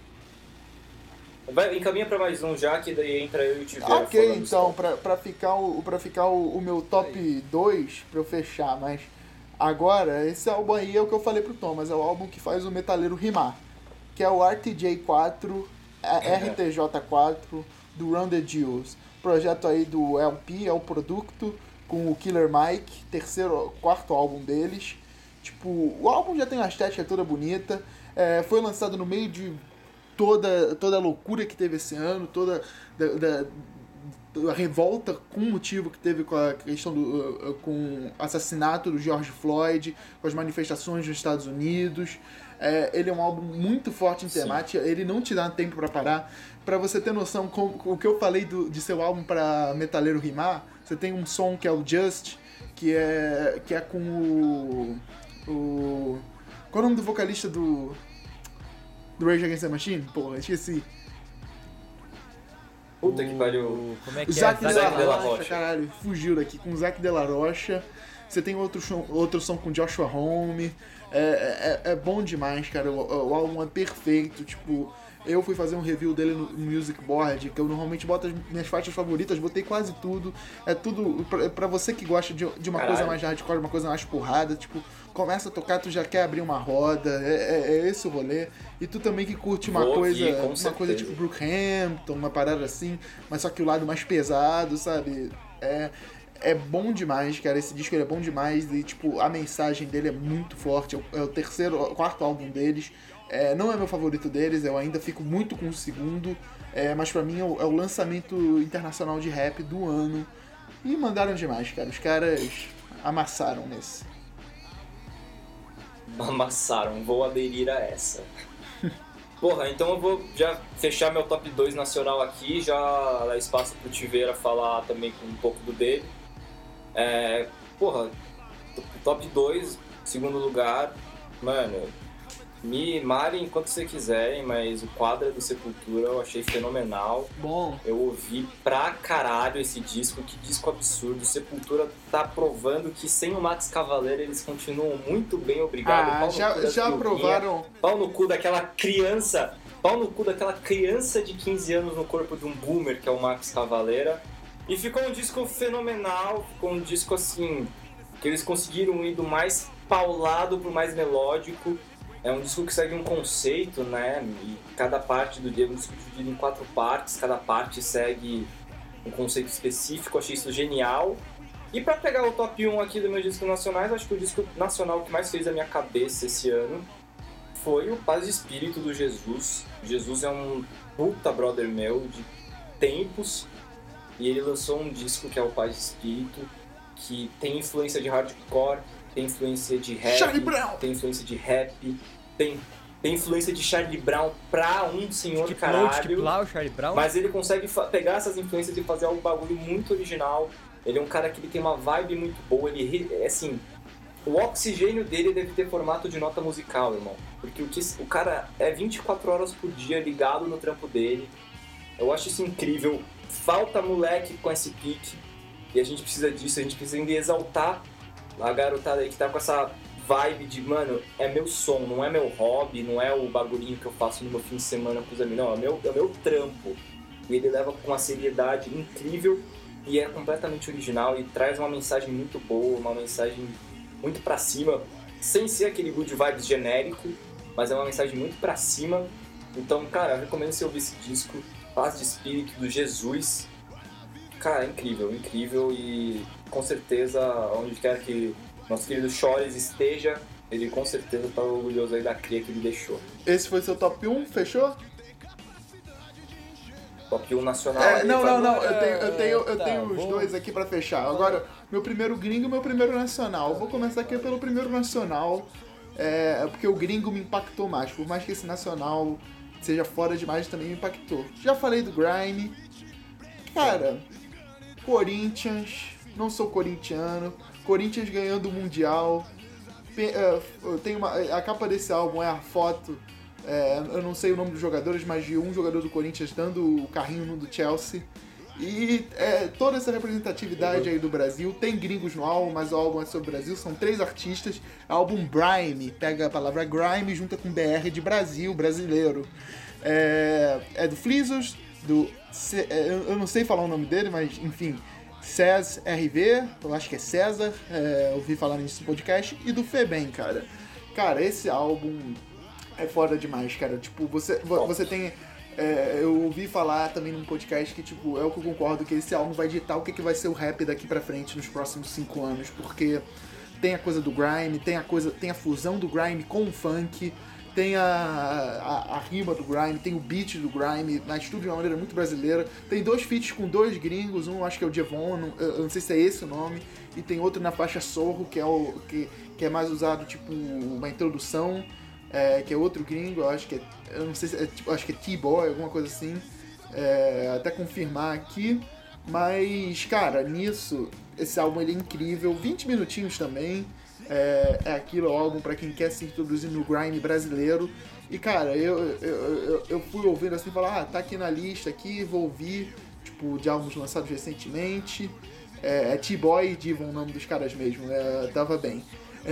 Vai, encaminha pra mais um já, que daí entra eu e o Tiveira. Ok, falando os então, top. pra, pra ficar, o, pra ficar o, o meu top dois, pra eu fechar, mas agora, esse álbum aí é o que eu falei pro Thomas, é o álbum que faz o metaleiro rimar, que é o R T J quatro, a R T J quatro do Run the Jewels. Projeto aí do L P, é o Producto, com o Killer Mike, terceiro, quarto álbum deles. Tipo, o álbum já tem uma estética toda bonita, é, foi lançado no meio de toda, toda a loucura que teve esse ano, toda da, da- da revolta com o motivo que teve com a questão do uh, uh, com o assassinato do George Floyd, com as manifestações nos Estados Unidos. É, ele é um álbum muito forte em Sim. temática, ele não te dá tempo pra parar. Pra você ter noção, com, com o que eu falei do, de seu álbum pra metaleiro rimar, você tem um som que é o Just, que é, que é com o, o... Qual é o nome do vocalista do... do Rage Against the Machine? Porra, esqueci. Puta que pariu. O- Como é que Zac é? de Zac la de la Rocha, Rocha. caralho, fugiu daqui. Com Zac de la Rocha. Você tem outro som, outro som com Joshua Home. É, é, é bom demais, cara. O, o álbum é perfeito. Tipo, eu fui fazer um review dele no Music Board, que eu normalmente boto as minhas faixas favoritas, botei quase tudo. É tudo pra, pra você que gosta de, de uma Caralho. coisa mais hardcore, uma coisa mais porrada. Tipo, começa a tocar, tu já quer abrir uma roda. É, é, é esse o rolê. E tu também que curte uma Vou coisa, ouvir, com uma certeza. coisa tipo Brookhampton, uma parada assim, mas só que o lado mais pesado, sabe? É, é bom demais, cara. Esse disco ele é bom demais e, tipo, a mensagem dele é muito forte. É o, é o terceiro, o quarto álbum deles. É, não é meu favorito deles, eu ainda fico muito com o segundo, é, mas pra mim é o, é o lançamento internacional de rap do ano. E mandaram demais, cara. Os caras amassaram nesse. Amassaram, vou aderir a essa. Porra, então eu vou já fechar meu top dois nacional aqui, já dar espaço pro Tiveira falar também com um pouco do dele. É, porra, top dois, segundo lugar, mano, me marem enquanto vocês quiserem, mas o Quadra do Sepultura eu achei fenomenal. Bom. Eu ouvi pra caralho esse disco, que disco absurdo. Sepultura tá provando que sem o Max Cavalera eles continuam muito bem, obrigado. Ah, Pau no já, cu da já Silvinha, aprovaram. Pau no cu daquela criança, pau no cu daquela criança de quinze anos no corpo de um boomer, que é o Max Cavalera. E ficou um disco fenomenal, ficou um disco assim, que eles conseguiram ir do mais paulado pro mais melódico. É um disco que segue um conceito, né? E cada parte do dia é um disco dividido em quatro partes, cada parte segue um conceito específico, eu achei isso genial. E pra pegar o top um aqui dos meus discos nacionais, eu acho que o disco nacional que mais fez a minha cabeça esse ano foi o Paz de Espírito do Jesus. Jesus é um puta brother meu de tempos, e ele lançou um disco que é o Paz de Espírito, que tem influência de hardcore, tem influência de rap, Charlie Brown. tem influência de rap, tem, tem influência de Charlie Brown pra um senhor Tipo, caralho. tipo lá, o Charlie Brown. Mas ele consegue fa- pegar essas influências e fazer um bagulho muito original. Ele é um cara que ele tem uma vibe muito boa. Ele, re- assim, o oxigênio dele deve ter formato de nota musical, irmão. Porque o, que, o cara é vinte e quatro horas por dia ligado no trampo dele. Eu acho isso incrível. Falta moleque com esse pique. E a gente precisa disso. A gente precisa ainda exaltar a garotada aí que tá com essa vibe de, mano, é meu som, não é meu hobby, não é o bagulhinho que eu faço no meu fim de semana com os amigos, não, é meu, é meu trampo. E ele leva com uma seriedade incrível e é completamente original e traz uma mensagem muito boa, uma mensagem muito pra cima, sem ser aquele good vibes genérico, mas é uma mensagem muito pra cima. Então, cara, eu recomendo você ouvir esse disco, Paz de Espírito do Jesus. Cara, é incrível, incrível e com certeza, onde quer que nosso querido Chores esteja, ele com certeza tá orgulhoso aí da cria que ele deixou. Esse foi seu top um, fechou? Top um nacional. É, aí, não, não, vai- não, eu tenho, eu tenho, eu Tá tenho os bom. dois aqui pra fechar. Agora, meu primeiro gringo e meu primeiro nacional. Eu vou começar aqui pelo primeiro nacional, é, porque o gringo me impactou mais. Por mais que esse nacional seja fora demais, também me impactou. Já falei do Grime. Cara, Corinthians, não sou corintiano. Corinthians ganhando o Mundial. Pe- é, eu tenho uma, a capa desse álbum é a foto, é, eu não sei o nome dos jogadores, mas de um jogador do Corinthians dando o carrinho no do Chelsea. E é, toda essa representatividade aí do Brasil. Tem gringos no álbum, mas o álbum é sobre o Brasil. São três artistas. Álbum Grime, pega a palavra grime junta com B R de Brasil, brasileiro. É, é do Flizzos, do... C- é, eu eu não sei falar o nome dele, mas enfim... Cés R V, eu acho que é César, é, ouvi falar nisso no podcast, e do Febem, cara. Cara, esse álbum é foda demais, cara. Tipo, você, vo- você tem... é, eu ouvi falar também num podcast que, tipo, é o que eu concordo, que esse álbum vai ditar o que, que vai ser o rap daqui pra frente nos próximos cinco anos, porque tem a coisa do grime, tem a coisa, tem a fusão do grime com o funk, tem a, a, a rima do grime, tem o beat do grime, mas tudo de uma maneira muito brasileira. Tem dois feats com dois gringos, um acho que é o Devon, não- eu eu não sei se é esse o nome, e tem outro na faixa Sorro, que é, o, que, que é mais usado tipo uma introdução, é, que é outro gringo, eu acho que é, eu não sei se é, tipo, acho que é T-Boy, alguma coisa assim, é, até confirmar aqui. Mas, cara, nisso, esse álbum ele é incrível, vinte minutinhos também. É, é aquilo, é o álbum pra quem quer se introduzir no grime brasileiro. E cara, eu, eu, eu, eu fui ouvindo assim, falar, ah, tá aqui na lista aqui, vou ouvir, tipo, de álbuns lançados recentemente. É, é T-Boy e Divon o nome dos caras mesmo, é, tava bem.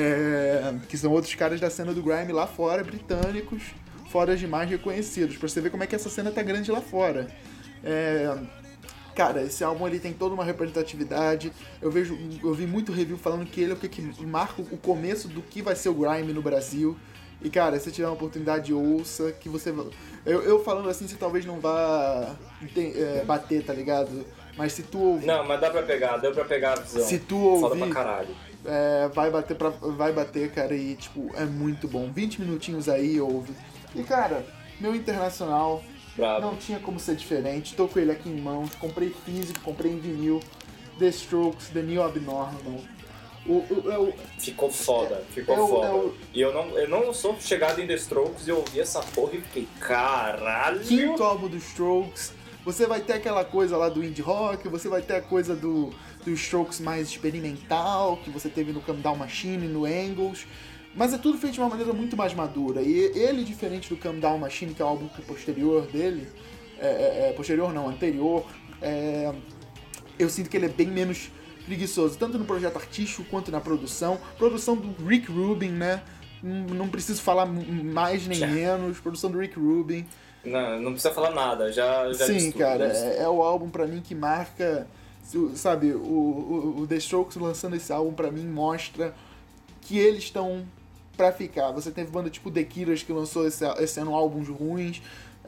É, que são outros caras da cena do grime lá fora, britânicos, fora demais reconhecidos, pra você ver como é que essa cena tá grande lá fora. É, cara, esse álbum ele tem toda uma representatividade. Eu vejo, eu vi muito review falando que ele é o que, que marca o começo do que vai ser o grime no Brasil. E cara, se tiver uma oportunidade, ouça, que você vai... Eu, eu falando assim, você talvez não vá ente- é, bater, tá ligado? Mas se tu ouvir... Não, mas dá pra pegar, deu pra pegar a visão. Se tu Foda ouvir, pra caralho. é, vai bater pra, vai bater, cara, e tipo, é muito bom. vinte minutinhos aí, ouve. E cara, meu internacional... Bravo. Não tinha como ser diferente, tô com ele aqui em mãos, comprei físico, comprei em vinil, The Strokes, The New Abnormal. O, o, é o, Ficou foda, ficou é o- foda. é o- E eu não, eu não sou chegado em The Strokes e eu ouvi essa porra e fiquei, caralho! quinto álbum dos Strokes. Você vai ter aquela coisa lá do indie rock, você vai ter a coisa do, do Strokes mais experimental, que você teve no Come Down Machine, no Angles. Mas é tudo feito de uma maneira muito mais madura. E ele, diferente do Come Down Machine, que é o álbum posterior dele, é, é, é, posterior não, anterior, é, eu sinto que ele é bem menos preguiçoso, tanto no projeto artístico quanto na produção. Produção do Rick Rubin, né? Não, não preciso falar mais nem menos. Produção do Rick Rubin. Não, não precisa falar nada, já, já Sim, disse tudo, cara, já disse é, é o álbum pra mim que marca, sabe, o, o, o The Strokes lançando esse álbum pra mim mostra que eles estão pra ficar. Você teve banda tipo The Killers que lançou esse, esse ano álbuns ruins,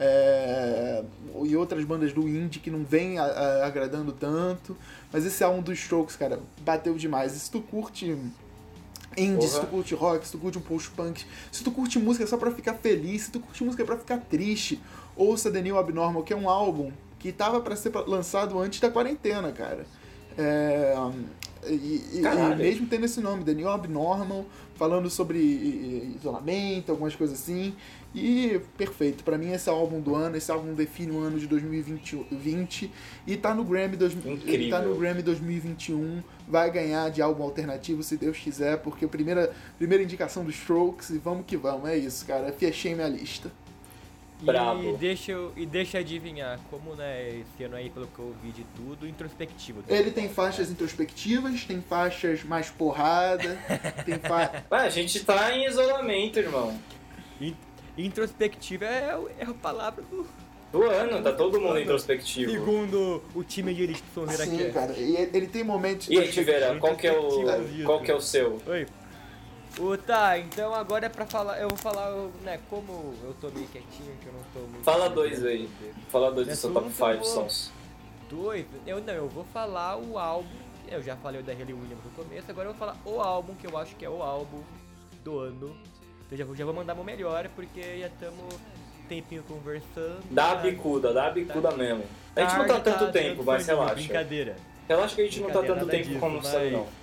é, e outras bandas do indie que não vem a- a- agradando tanto, mas esse álbum dos Strokes, cara, bateu demais. E se tu curte indie, se tu Porra. curte rock, se tu curte um post-punk, se tu curte música só pra ficar feliz, se tu curte música pra ficar triste, ouça The New Abnormal, que é um álbum que tava pra ser lançado antes da quarentena, cara. É, e, e- e Caralho. mesmo tendo esse nome, The New Abnormal, falando sobre isolamento, algumas coisas assim. E perfeito, pra mim esse é o álbum do ano, esse álbum define o ano de dois mil e vinte e tá no Grammy, dois, Incrível. tá no Grammy dois mil e vinte e um, vai ganhar de álbum alternativo se Deus quiser, porque a primeira, primeira indicação dos Strokes e vamos que vamos, é isso, cara, fechei minha lista. Brabo. E deixa, eu- e deixa eu adivinhar, como né, esse ano aí, pelo que eu vi de tudo, introspectivo. Ele tem faixas introspectivas, tem faixas mais porrada, tem fa... Ué, a gente tá em isolamento, irmão. In- Introspectiva é, o- é a palavra do. Do ano, tá todo mundo introspectivo. Segundo o time de elite do Sonzeira Sim, que é. cara, e ele tem momentos... E aí, Tivera, qual que é o, Introspectivo. qual que é o seu? Oi. O, tá, então agora é pra falar. Eu vou falar, né, como eu tô meio quietinho, que eu não tô muito. Fala dois aí. Fala dois do Nesse seu top assunto, eu cinco vou- sons. Dois? Eu não, eu vou falar o álbum. Eu já falei o da Hayley Williams no começo, agora eu vou falar o álbum que eu acho que é o álbum do ano. Então já vou, já vou mandar meu melhor, porque já estamos tempinho conversando. Dá a sabe? bicuda, dá a bicuda mesmo. A gente não tá Tarde, tanto tá tempo, dando mas soninho, relaxa. Brincadeira. Relaxa que a gente não tá Brincadeira, tanto nada tempo disso, como mas- sabe não.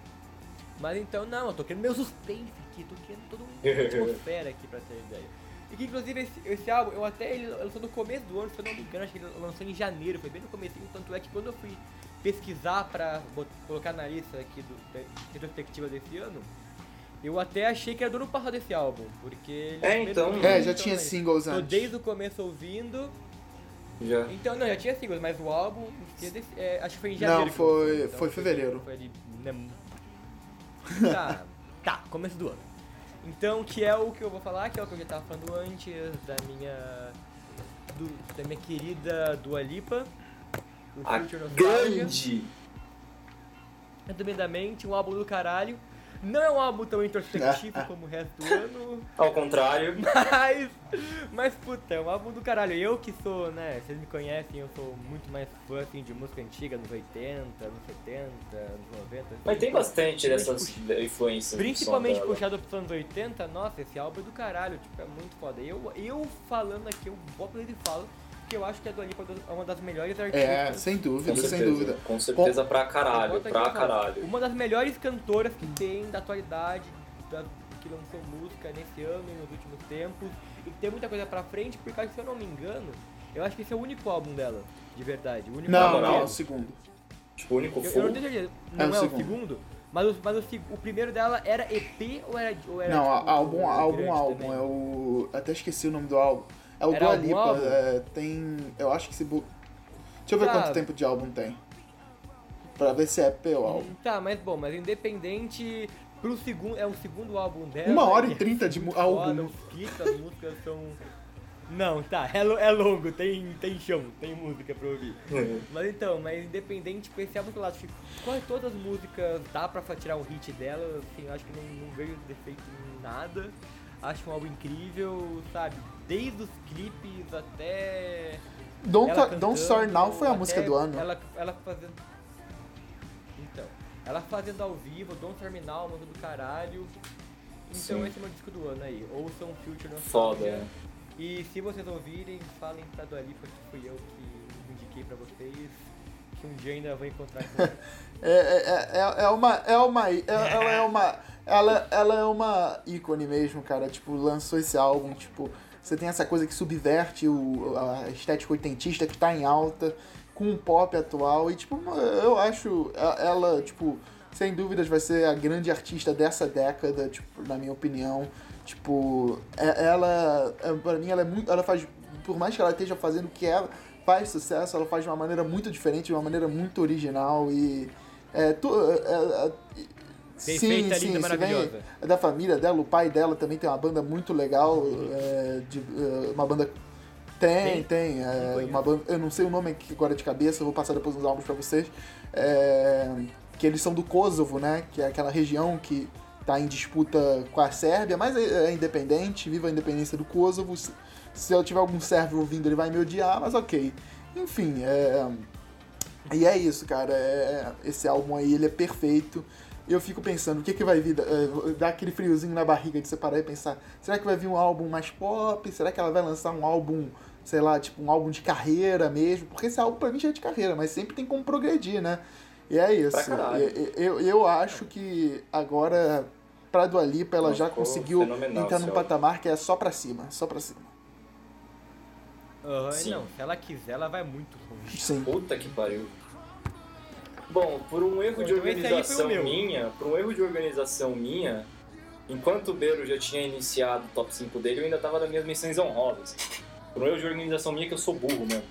Mas então, não, eu tô querendo meu suspense aqui, tô querendo todo uma atmosfera aqui pra ter ideia. E que inclusive esse, esse álbum, eu até ele lançou no começo do ano, se eu não me engano, acho que ele lançou em janeiro, foi bem no comecinho, tanto é que quando eu fui pesquisar pra bot- colocar na lista aqui do, da retrospectiva desse ano, eu até achei que era do ano passado esse álbum, porque... ele É, primeiro então. que- É, já então, tinha né, singles tô antes. desde o começo ouvindo, Já. então não, já tinha singles, mas o álbum, em si, é, acho que foi em janeiro. Não, que eu ouvi, foi- então foi fevereiro. Foi ali, né, Tá, tá, começo do ano. Então, que é o que eu vou falar, que é o que eu já tava falando antes da minha. do- da minha querida Dua Lipa. O A Future Nostalgia. grande. Resumidamente, um álbum do caralho. Não é um álbum tão introspectivo como o resto do ano, Ao contrário. mas. Mas puta, é um álbum do caralho. Eu que sou, né? Vocês me conhecem, eu sou muito mais fã assim, de música antiga, nos oitenta, nos setenta, nos noventa. Mas tem assim, bastante dessas Principalmente influências. no Principalmente som dela. puxado pros anos oitenta, nossa, esse álbum é do caralho, tipo, é muito foda. Eu, eu falando aqui, eu boto ele e falo que eu acho que a Dua Lipa é uma das melhores artistas. É, sem dúvida, Com sem certeza. dúvida. Com certeza pra Eu caralho, boto aqui pra e falo, caralho. Uma das melhores cantoras que tem da atualidade, da- que lançou música nesse ano e nos últimos tempos. E que tem muita coisa pra frente, porque se eu não me engano, eu acho que esse é o único álbum dela, de verdade. O único Não, álbum não, moral. é dela. o segundo. Tipo, o único Eu, eu full. não tenho certeza. Não É o é, o segundo. segundo? Mas, o, mas o, seg- o primeiro dela era E P ou era. Ou era Não, tipo, álbum, grande álbum, álbum. também? É o. Até esqueci o nome do álbum. É o Era Dua algum Lipa. álbum? É, tem. Eu acho que se. bu- Deixa eu ver Tá. quanto tempo de álbum tem. Pra ver se é E P ou álbum. Hum, Tá, mas bom, mas independente. Pro segundo, é o segundo álbum dela. Uma hora né, e que é trinta de muito mu- álbum. foda, os clipes, as músicas são. Não, tá, é, lo- é longo, tem, tem chão, tem música pra ouvir. Mas então, mas independente, tipo, esse álbum que eu acho que quase todas as músicas dá pra fa- tirar um hit dela, assim, eu acho que não, não vejo defeito em nada. Acho um álbum incrível, sabe? Desde os clipes até. Don't, ela Don't Start cantando, Now foi a até música do ano. Ela, ela fazendo. Então, ela fazendo ao vivo, Don't Start Me Now, música do caralho. Então Sim. esse é o meu disco do ano aí. Ouçam Future Nostalgia. Foda, né? E se vocês ouvirem, falem pra Dua Lipa que fui eu que indiquei pra vocês. que um dia ainda vou encontrar com ele. É, é, é, é uma. É uma. é- ela é uma. Ela, ela é uma ícone mesmo, cara. Tipo, lançou esse álbum, tipo, você tem essa coisa que subverte o, a estética oitentista que tá em alta, com um pop atual. E, tipo, eu acho a- ela, tipo, sem dúvidas vai ser a grande artista dessa década, tipo, na minha opinião. Tipo, é- ela, é, pra mim, ela é muito. Ela faz. Por mais que ela esteja fazendo o que ela faz sucesso, ela faz de uma maneira muito diferente, de uma maneira muito original e. É, tu, é, é, Perfeita, linda, se maravilhosa. vem é da família dela, o pai dela também tem uma banda muito legal, é, de, é, uma banda... Tem, Tem? tem, é, Não conheço. uma banda, eu não sei o nome aqui agora de cabeça, eu vou passar depois uns álbuns pra vocês, é, que eles são do Kosovo, né, que é aquela região que tá em disputa com a Sérvia, mas é, é independente, viva a independência do Kosovo, se, se eu tiver algum sérvio ouvindo ele vai me odiar, mas ok. Enfim, é... E é isso, cara. É, esse álbum aí, ele é perfeito. Eu fico pensando, o que que vai vir? É, dá aquele friozinho na barriga de você parar e pensar, será que vai vir um álbum mais pop? Será que ela vai lançar um álbum, sei lá, tipo um álbum de carreira mesmo? Porque esse álbum pra mim já é de carreira, mas sempre tem como progredir, né? E é isso. Pra caralho. Eu, eu, eu acho que agora, pra Dua Lipa, ela Não, já ficou conseguiu fenomenal entrar esse num álbum. patamar que é só pra cima, só pra cima. Aham, Sim. não, se ela quiser, ela vai muito longe. Sim. Puta que pariu. Bom, por um erro Bom, de então esse aí foi o organização meu. minha, por um erro de organização minha, enquanto o Beiro já tinha iniciado o top cinco dele, eu ainda tava nas minhas menções honrosas. Por um erro de organização minha que eu sou burro mesmo.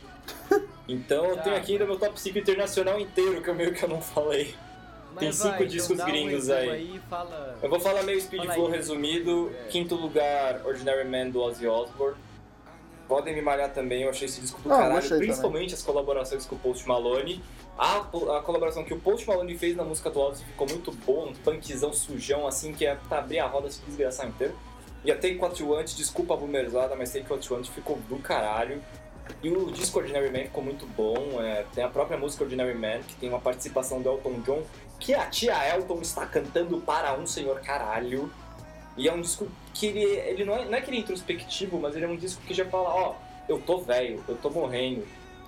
Então eu Tá, tenho aqui ainda meu top cinco internacional inteiro, que eu meio que eu não falei. Tem Mas cinco vai, discos então dá um gringos resumo aí. Fala... Eu vou falar meio Speed Fala Flow aí. resumido. É. Quinto lugar, Ordinary Man do Ozzy Osbourne. Podem me malhar também, eu achei esse disco do Ah, caralho, gostei principalmente as colaborações com o Post Malone. A, a colaboração que o Post Malone fez na música do Ozzy ficou muito boa, um punkzão sujão, assim, que é pra abrir a roda se desgraçar inteiro. E a Take What You Want, desculpa a boomerzada, mas Take What You Want ficou do caralho. E o disco Ordinary Man ficou muito bom, é, tem a própria música Ordinary Man, que tem uma participação do Elton John, que a tia Elton está cantando para um senhor caralho. E é um disco que ele, ele não, é, não é que ele é introspectivo, mas ele é um disco que já fala, ó, eu tô velho, eu tô morrendo,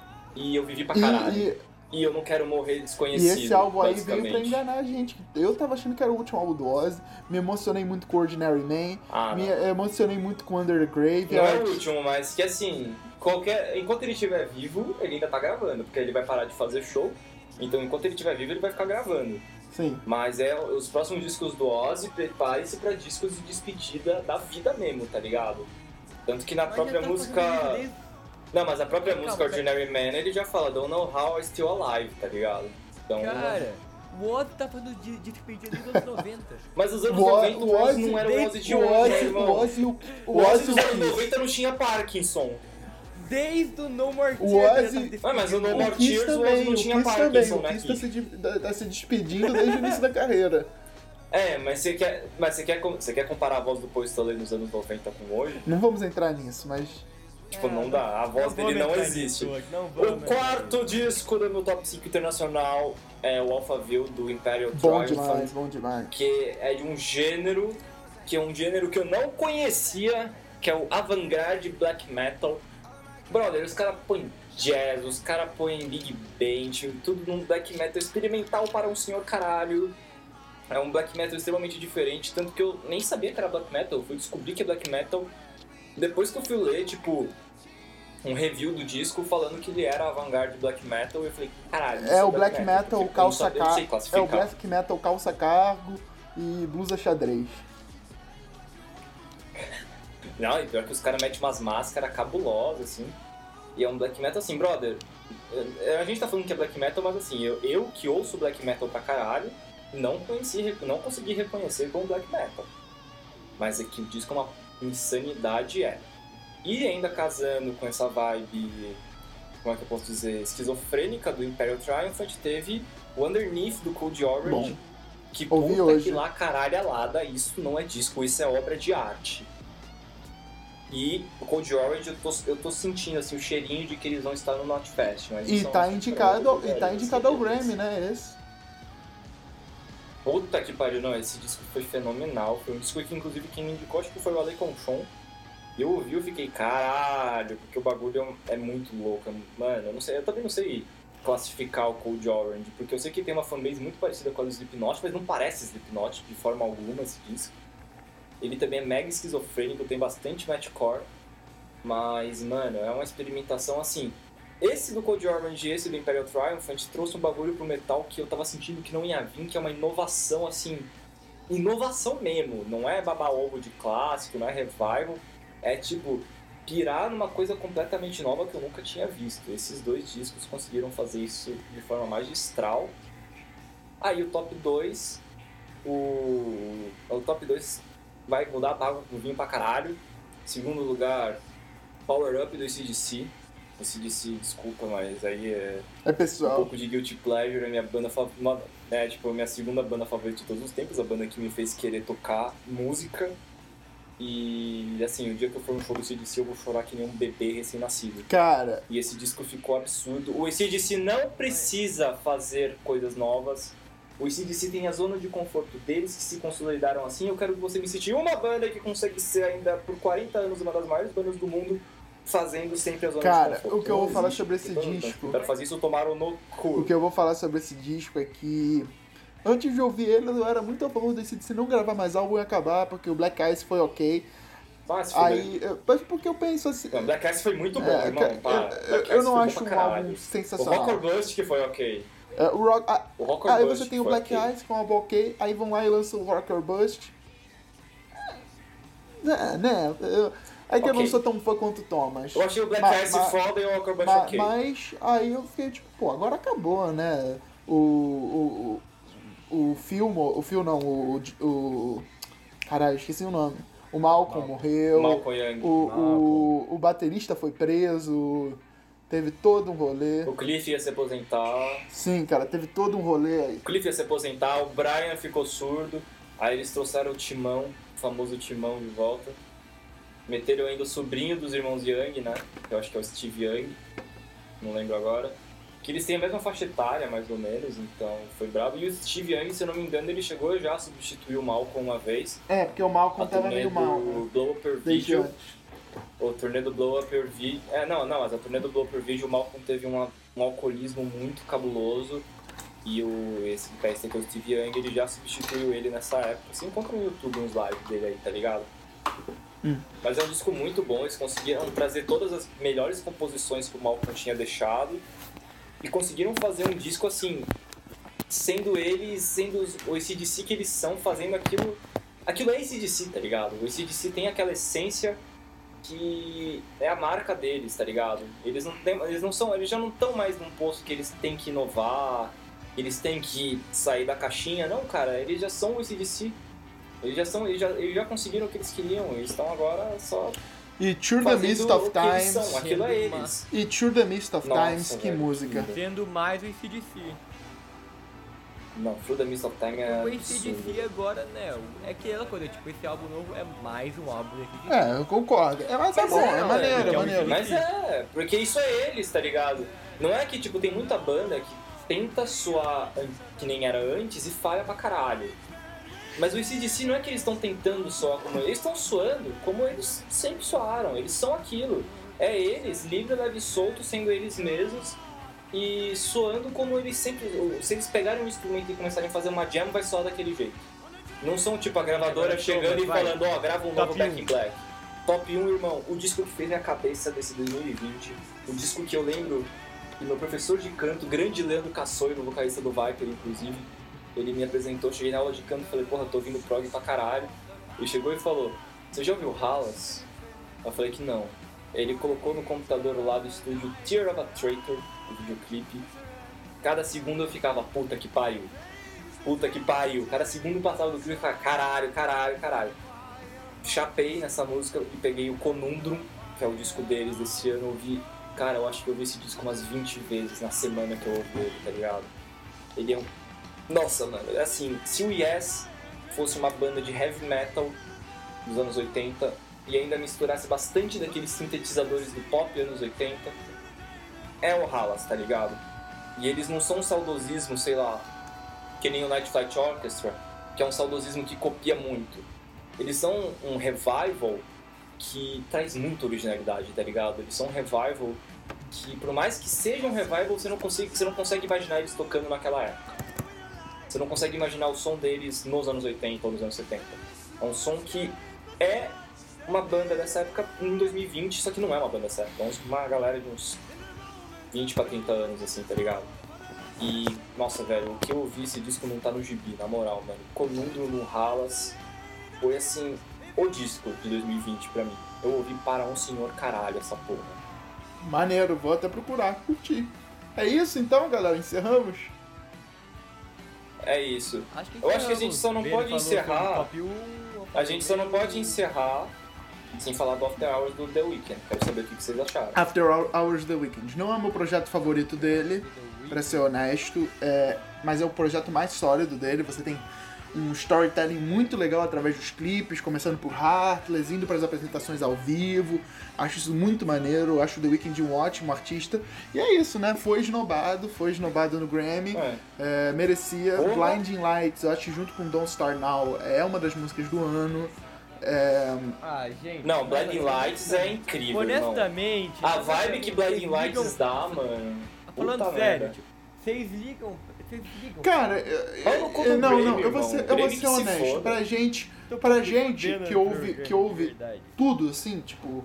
e eu vivi pra caralho, E, e, e, eu não quero morrer e desconhecido, esse álbum aí veio pra basicamente. enganar a gente. Eu tava achando que era o último álbum do Ozzy, me emocionei muito com Ordinary Man, Ah, me não. emocionei muito com Under the Não é Graveyard. o último, mas que assim, qualquer, enquanto ele estiver vivo, ele ainda tá gravando, porque ele vai parar de fazer show, então enquanto ele estiver vivo, ele vai ficar gravando. Sim. Mas é os próximos discos do Ozzy, prepare-se pra discos de despedida da vida mesmo, tá ligado? Tanto que na Mas própria já tá música... fazendo isso desde- Não, mas a própria Calma, música pera- Ordinary Man, ele já fala Don't know how I'm still alive, tá ligado? Então, Cara, o Ozzy tá fazendo de, de despedida desde os anos noventa. mas os anos O O- noventa o o Ozzy Ozzy- não era o Ozzy de O hoje, né, Ozzy, irmão? o Ozzy, o, O o Ozzy Ozzy, dos o anos Kiss. noventa não tinha Parkinson. Desde o No More O Tears ele Ozzy- tá se Ah, mas o No despedindo. More O Kiss Tears, o também, Ozzy não o tinha Kiss também, Parkinson, o né, Kiss tá Kiss? se, de- tá- tá se despedindo desde o início da carreira. É, mas você quer, mas você quer, com- você quer comparar a voz do Paul Stanley nos anos noventa com hoje? Não vamos entrar nisso, mas... Tipo, É, não dá, a voz dele vamos não entrar existe. nisso hoje, não vamos O entrar quarto disco do meu top cinco internacional é o Alphaville do Imperial Bom Triumphant, demais, bom demais. que é de um gênero, que é um gênero que eu não conhecia, que é o avant-garde black metal. Brother, os caras põem jazz, os caras põem big band, tudo num black metal experimental para um senhor caralho. É um black metal extremamente diferente, tanto que eu nem sabia que era black metal, eu fui descobrir que é black metal depois que eu fui ler, tipo, um review do disco falando que ele era avant-garde black metal, e eu falei, caralho, isso É o black metal porque eu não calça sabia- eu não sei cargo. É o classificar. black metal calça cargo e blusa xadrez. Não, e pior que os caras metem umas máscaras cabulosas, assim. E é um black metal assim, brother. é, A gente tá falando que é black metal, mas assim, eu, eu que ouço black metal pra caralho, não conheci, não consegui reconhecer como black metal. Mas é que o disco é uma insanidade, é. E ainda casando com essa vibe, como é que eu posso dizer, esquizofrênica do Imperial Triumphant, teve o Underneath do Cold Orange, Bom, que ouvi puta hoje. que lá caralhalada, isso não é disco, isso é obra de arte. E o Cold Orange, eu tô, eu tô sentindo assim, o cheirinho de que eles vão estar no Notfest. Mas E isso é tá uma indicado, surpresa, e tá velho, indicado ao assim, Grammy, né? Esse. Puta que pariu, não, esse disco foi fenomenal. Foi um disco que, inclusive, quem me indicou, acho que foi o Ale Conchon. Eu ouvi, eu fiquei, caralho, porque o bagulho é muito louco. Mano, eu não sei, eu também não sei classificar o Code Orange, porque eu sei que tem uma fanbase muito parecida com a do Slipknot, mas não parece Slipknot de forma alguma esse disco. Ele também é mega esquizofrênico, tem bastante metalcore, mas, mano, é uma experimentação assim. Esse do Code Orange e esse do Imperial Triumphant trouxe um bagulho pro metal que eu tava sentindo que não ia vir, que é uma inovação, assim, inovação mesmo. Não é baba-ovo de clássico, não é revival, é tipo, pirar numa coisa completamente nova que eu nunca tinha visto. Esses dois discos conseguiram fazer isso de forma magistral. Aí o top dois, o, o top dois vai mudar a água pro vinho pra caralho. Segundo lugar, Power Up do A C D C. A C D C, desculpa, mas aí é, É um pessoal. pouco de Guilty Pleasure, é minha banda favorita, é, tipo, a minha segunda banda favorita de todos os tempos, a banda que me fez querer tocar música. E, assim, o dia que eu for no show do A C D C eu vou chorar que nem um bebê recém-nascido. Cara, E esse disco ficou absurdo. O A C D C não precisa fazer coisas novas. O A C D C tem a zona de conforto deles que se consolidaram assim. Eu quero que você me cite uma banda que consegue ser ainda por quarenta anos uma das maiores bandas do mundo, fazendo sempre a zona Cara, de conforto. o que eu vou Não falar existe. sobre esse Então, disco- Para fazer isso, tomaram no cu. o que eu vou falar sobre esse disco é que antes de ouvir ele, eu era muito a favor desse de se não gravar mais álbum e acabar, porque o Black Ice foi ok. Ah, se fuder. Aí, eu- mas porque eu penso assim. Não, Black Ice foi muito bom, é, irmão. eu, Para. eu- Black eu Ice não foi bom acho pra um caralho. álbum O sensacional. Rock or Bust que foi ok. É, o rock, ah, O Rock or aí Bust você tem o foi Black ok. Ice com o álbum ok, aí vão lá e lançam o Rock or Bust. É, né? Eu, é que eu não Ok. sou tão fã quanto o Thomas. Eu achei o Black Ma- Ice ma- foda e o Rock or Bust Ma- ok. Mas aí eu fiquei tipo, pô, agora acabou, né? O. O, o, o filme. O filme não, o. o caralho, esqueci o nome. O Malcolm morreu. Malcolm Young. O, o, o baterista foi preso. Teve todo um rolê. O Cliff ia se aposentar. Sim, cara, teve todo um rolê aí. O Cliff ia se aposentar, o Brian ficou surdo. Aí eles trouxeram o Timão, o famoso Timão de volta. Meteram ainda o sobrinho dos irmãos Young, né? Que eu acho que é o Steve Young. Não lembro agora. Que eles têm a mesma faixa etária, mais ou menos, então foi brabo. E o Steve Young, se eu não me engano, ele chegou já a substituir o Malcolm uma vez. É, porque o Malcolm A tava turnê meio mal. do Né? Blow Up Your Desde Video. antes. O turnê do Blow Up Your Video. É, não, não, mas a turnê do Blow Up Your Video, o Malcolm teve uma, um alcoolismo muito cabuloso. E o, esse guitarrista que é o Steve Young, ele já substituiu ele nessa época. Você encontra no YouTube uns lives dele aí, tá ligado? Hum. Mas é um disco muito bom, eles conseguiram trazer todas as melhores composições que o Malcolm tinha deixado. E conseguiram fazer um disco assim, sendo eles, sendo os, o A C D C que eles são, fazendo aquilo. Aquilo é A C D C, tá ligado? O A C D C tem aquela essência que é a marca deles, tá ligado? Eles não, tem, eles não são, eles já não estão mais num posto que eles têm que inovar, eles têm que sair da caixinha, não, cara, eles já são o A C D C. Eles já são, eles já, eles já conseguiram o que eles queriam, eles estão agora só E Through the fazendo Mist o of que eles Times. são, aquilo é Sendo uma- eles. E Through the Mist of Nossa, Times, que velho, música. que Sendo mais o A C D C. Não, Through the Mist of Time é O A C D absurdo. C agora, né? É aquela coisa, tipo, esse álbum novo é mais um álbum do A C D C. É, eu concordo. É, mas é Mas bom, é, é maneiro, porque é é um maneiro. Mas é, porque isso é eles, tá ligado? Não é que, tipo, tem muita banda que tenta soar an- que nem era antes e falha pra caralho. Mas o A C D C não é que eles estão tentando soar como eles estão soando como eles sempre soaram, eles são aquilo. É eles, livre, leve e solto, sendo eles mesmos e soando como eles sempre... Se eles pegarem um instrumento e começarem a fazer uma jam, vai soar daquele jeito. Não são tipo a gravadora Agora, chegando e vai. falando, ó, grava um Top novo Back um. in Black. Top um, irmão, o disco que fez minha cabeça desse dois mil e vinte, o disco que eu lembro que meu professor de canto, grande Leandro Cassoio, vocalista do Viper, inclusive, ele me apresentou, cheguei na aula de canto e falei, porra, tô ouvindo prog pra caralho. Ele chegou e falou, você já ouviu Halas? Eu falei que não. Ele colocou no computador lá do estúdio Tear of a Traitor, o videoclipe. Cada segundo eu ficava, puta que pariu. Puta que pariu. Cada segundo passava do clipe e ficava, caralho, caralho, caralho. Chapei nessa música e peguei o Conundrum, que é o disco deles desse ano. Eu ouvi, cara, eu acho que eu ouvi esse disco umas vinte vezes na semana que eu ouvi ele, tá ligado? Ele é um... Nossa, mano, é assim, se o Yes fosse uma banda de heavy metal dos anos oitenta e ainda misturasse bastante daqueles sintetizadores do pop anos oitenta, é o Halas, tá ligado? E eles não são um saudosismo, sei lá, que nem o Night Flight Orchestra, que é um saudosismo que copia muito. Eles são um revival que traz muita originalidade, tá ligado? Eles são um revival que por mais que seja um revival, você não consegue, você não consegue imaginar eles tocando naquela época. Você não consegue imaginar o som deles nos anos oitenta ou nos anos setenta. É um som que é uma banda dessa época em dois mil e vinte, só que não é uma banda dessa época. É uma galera de uns vinte pra trinta anos, assim, tá ligado? E, nossa, velho, o que eu ouvi esse disco não tá no gibi, na moral, mano. Colundro no Halas foi, assim, o disco de dois mil e vinte pra mim. Eu ouvi para um senhor caralho essa porra. Maneiro, vou até procurar, curtir. É isso então, galera, encerramos? É isso. Acho que Eu acho que a gente só não Pedro pode falou encerrar- sobre o top um, A gente só não pode encerrar sem falar do After Hours do The Weeknd. Quero saber o que vocês acharam. After Hours The Weeknd. Não é o meu projeto favorito dele, pra ser honesto, é, mas é o projeto mais sólido dele. Você tem um storytelling muito legal através dos clipes, começando por Heartless, indo para as apresentações ao vivo. Acho isso muito maneiro, acho o The Weeknd um ótimo artista. E é isso, né? Foi esnobado, foi esnobado no Grammy, É. é, merecia. Porra. Blinding Lights, eu acho que junto com Don't Start Now é uma das músicas do ano. É, Ah, gente. Não, Blinding mas- Lights é incrível, irmão. Honestamente. A vibe que Blinding vocês Lights ligam- dá, mano. Falando Puta sério, merda. tipo, vocês ligam. Vocês ligam. Cara, Fala eu- no cu eu- do não, Grammy, não, eu vou irmão. ser, eu vou Grammy ser que se honesto. foda. Pra gente, Tô pra me gente fudendo que no ouve, Grammy, que ouve verdade. tudo, assim, tipo,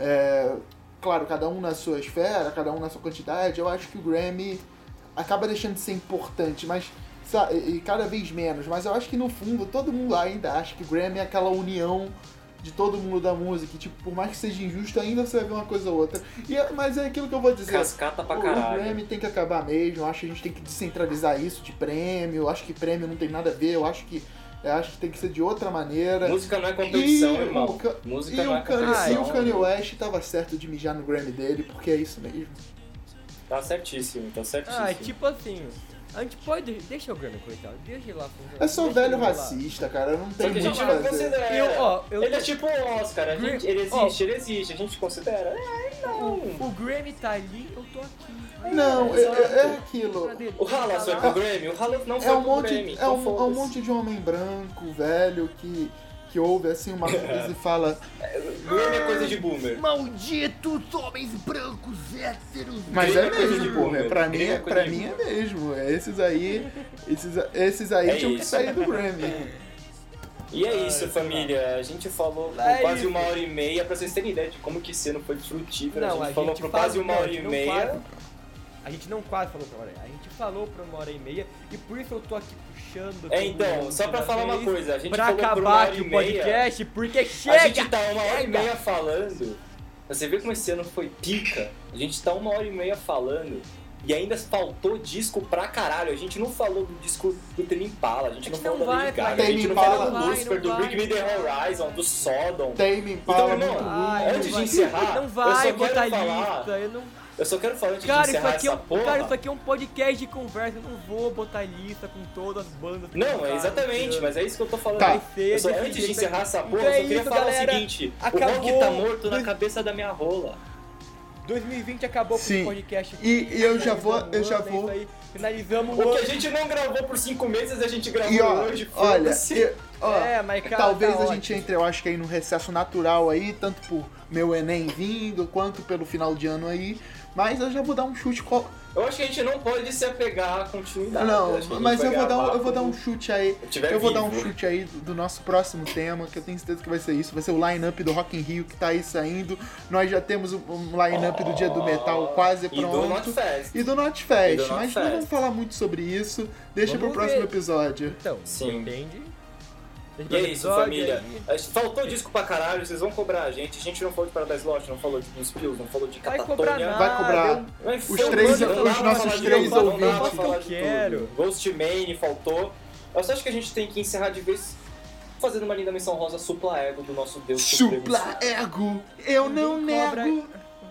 é, claro, cada um na sua esfera, cada um na sua quantidade, eu acho que o Grammy acaba deixando de ser importante, mas sa- e cada vez menos, mas eu acho que no fundo todo mundo ainda acha que o Grammy é aquela união de todo mundo da música, e, tipo, por mais que seja injusto, ainda você vai ver uma coisa ou outra. E, é- mas é aquilo que eu vou dizer. Cascata pra O, o caralho. Grammy tem que acabar mesmo, eu acho que a gente tem que descentralizar isso de prêmio, eu acho que prêmio não tem nada a ver, eu acho que, eu acho que tem que ser de outra maneira. Música não é competição, E irmão. o Ka- Música E não é o, Kanye, competição. e o Kanye West tava certo de mijar no Grammy dele, porque é isso mesmo. Tá certíssimo, tá certíssimo. Ah, tipo assim. A gente pode. Deixa o Grammy, coitado. Deixa ele lá. É só deixa velho ele lá. racista, cara, não Só tem que a muito o gente que não fazer. considera. Eu, ó, eu ele tô- é tipo o Oscar, a gente, ele Ó. existe, ele existe, a gente considera. É, não. O Grammy tá ali, eu tô aqui. Não, é, é- é aquilo. Cadê? O Halas foi pro Grammy, o Halas não foi É um pro monte, Grammy. é então um, é um foda-se. monte de homem branco, velho, que, que ouve assim uma coisa e fala. Grammy é coisa de boomer. Malditos homens brancos héteros. Mas Grammy é é coisa mesmo, de porra. boomer. Pra mim, Grammy é é, coisa pra de mim é boomer. mesmo. Esses aí. Esses, esses aí É tinham que isso. sair do Grammy. E é isso, família. A gente falou por É quase isso. uma hora e meia, pra vocês terem ideia de como que esse ano foi frutífero. Não, a a gente falou gente por fala- quase uma não, a hora e gente não meia. quase- A gente não quase falou pra uma hora. A gente falou pra uma hora e meia. E por isso eu tô aqui puxando. É, todo então, mundo só pra toda falar uma vez, coisa, a gente pra falou por uma acabar hora aqui e o meia. podcast, porque chega! A gente tá uma hora e chega! meia falando. Você vê como esse ano foi pica? A gente tá uma hora e meia falando. E ainda faltou disco pra caralho. A gente não falou do disco do Tame Impala, a gente A não gente falou não da vai Lady Gaga, falar. a gente não Tame falou Impala. do Lucifer, do Não Bring Me The vai. Horizon, do Sodom. Tame Impala Então, é irmão, muito Ai, ruim. antes não de vai- encerrar, não eu vai só quero botar falar- lista, eu não... Eu só quero falar antes Cara, de isso encerrar aqui, é essa um, porra. cara, isso aqui é um podcast de conversa, eu não vou botar lista com todas as bandas. que Não, tocaram é exatamente, esse mas ano. é isso que eu tô falando. Tá. Vai ser Eu só, desse antes de jeito encerrar aqui. essa Então porra, é eu só queria isso, falar galera. o seguinte: o Acabou rock tá morto na dois- cabeça da minha rola. dois mil e vinte acabou com Sim. o podcast. E- e eu já vou- Finalizamos eu o já ano, é vou- isso aí. Finalizamos o O que a ano. gente não gravou por cinco meses, a gente gravou E ó, hoje. olha, foda-se. eu- ó, É, mas cara, talvez tá a ótimo. gente entre, eu acho que aí no recesso natural aí, tanto por meu Enem vindo, quanto pelo final de ano aí. Mas eu já vou dar um chute. Qual... Eu acho que a gente não pode se apegar à continuidade. Não, Acho que a gente mas vai eu vou, dar um, gravar eu vou dar um quando chute aí. tiver Eu vou dar um vivo. chute aí do, do nosso próximo tema, que eu tenho certeza que vai ser isso. Vai ser o line-up do Rock in Rio que tá aí saindo. Nós já temos um, um line-up do Dia do Metal quase E do pronto. Not Fest. E do Not Fest, E do Not mas não Fest. vamos falar muito sobre isso. Deixa Vamos pro próximo ver. episódio. Então, Sim. depende. Deixa E é pro isso, episódio família. aí. A gente- Faltou disco pra caralho, vocês vão cobrar a gente. A gente não falou de Paradise Lost, não falou de Blues Pills, não falou de Vai Catatonia. cobrar nada. Vai cobrar. eu- Mas Os foi- três- não dá os pra nossos falar de três tudo, não dá pra ouvintes. falar Eu de quero. tudo. Ghostman faltou. Eu só acho que a gente tem que encerrar de vez fazendo uma linda menção rosa supla ego do nosso Deus Supremo. Supla ego, eu não Ninguém cobra- nego.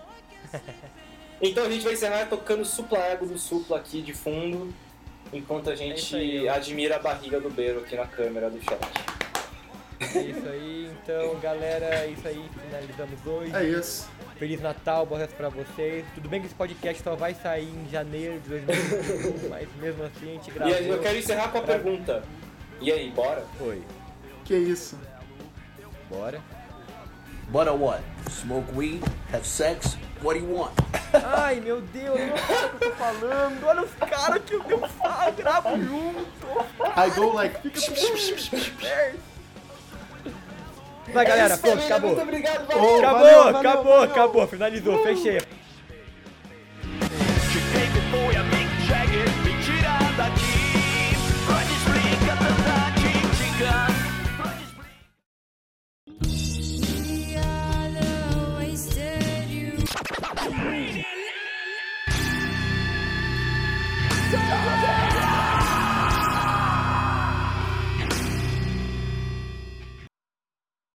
Então a gente vai encerrar tocando supla ego do supla aqui de fundo, enquanto a É isso gente aí. admira a barriga do Beiro aqui na câmera do chat. É isso aí, então, galera, é isso aí, finalizamos hoje. É isso. Feliz Natal, boas pra vocês. Tudo bem que esse podcast só vai sair em janeiro de dois mil e vinte e um, mas mesmo assim a gente E gravou. aí, eu quero encerrar com a pergunta. E aí, bora? Oi, Que isso. bora. But a what? Smoke weed, have sex, what do you want? Ai, meu Deus, não sei o que eu tô falando. Olha os caras que eu, eu falo, gravo junto. I go like... Vai, galera, pronto, acabou. Muito obrigado, valeu. Oh, Acabou, valeu, valeu, acabou, valeu. acabou, finalizou, fechei. Foi a Big Jagger, me tira daqui. Pode explicar tanta crítica. Wasted you.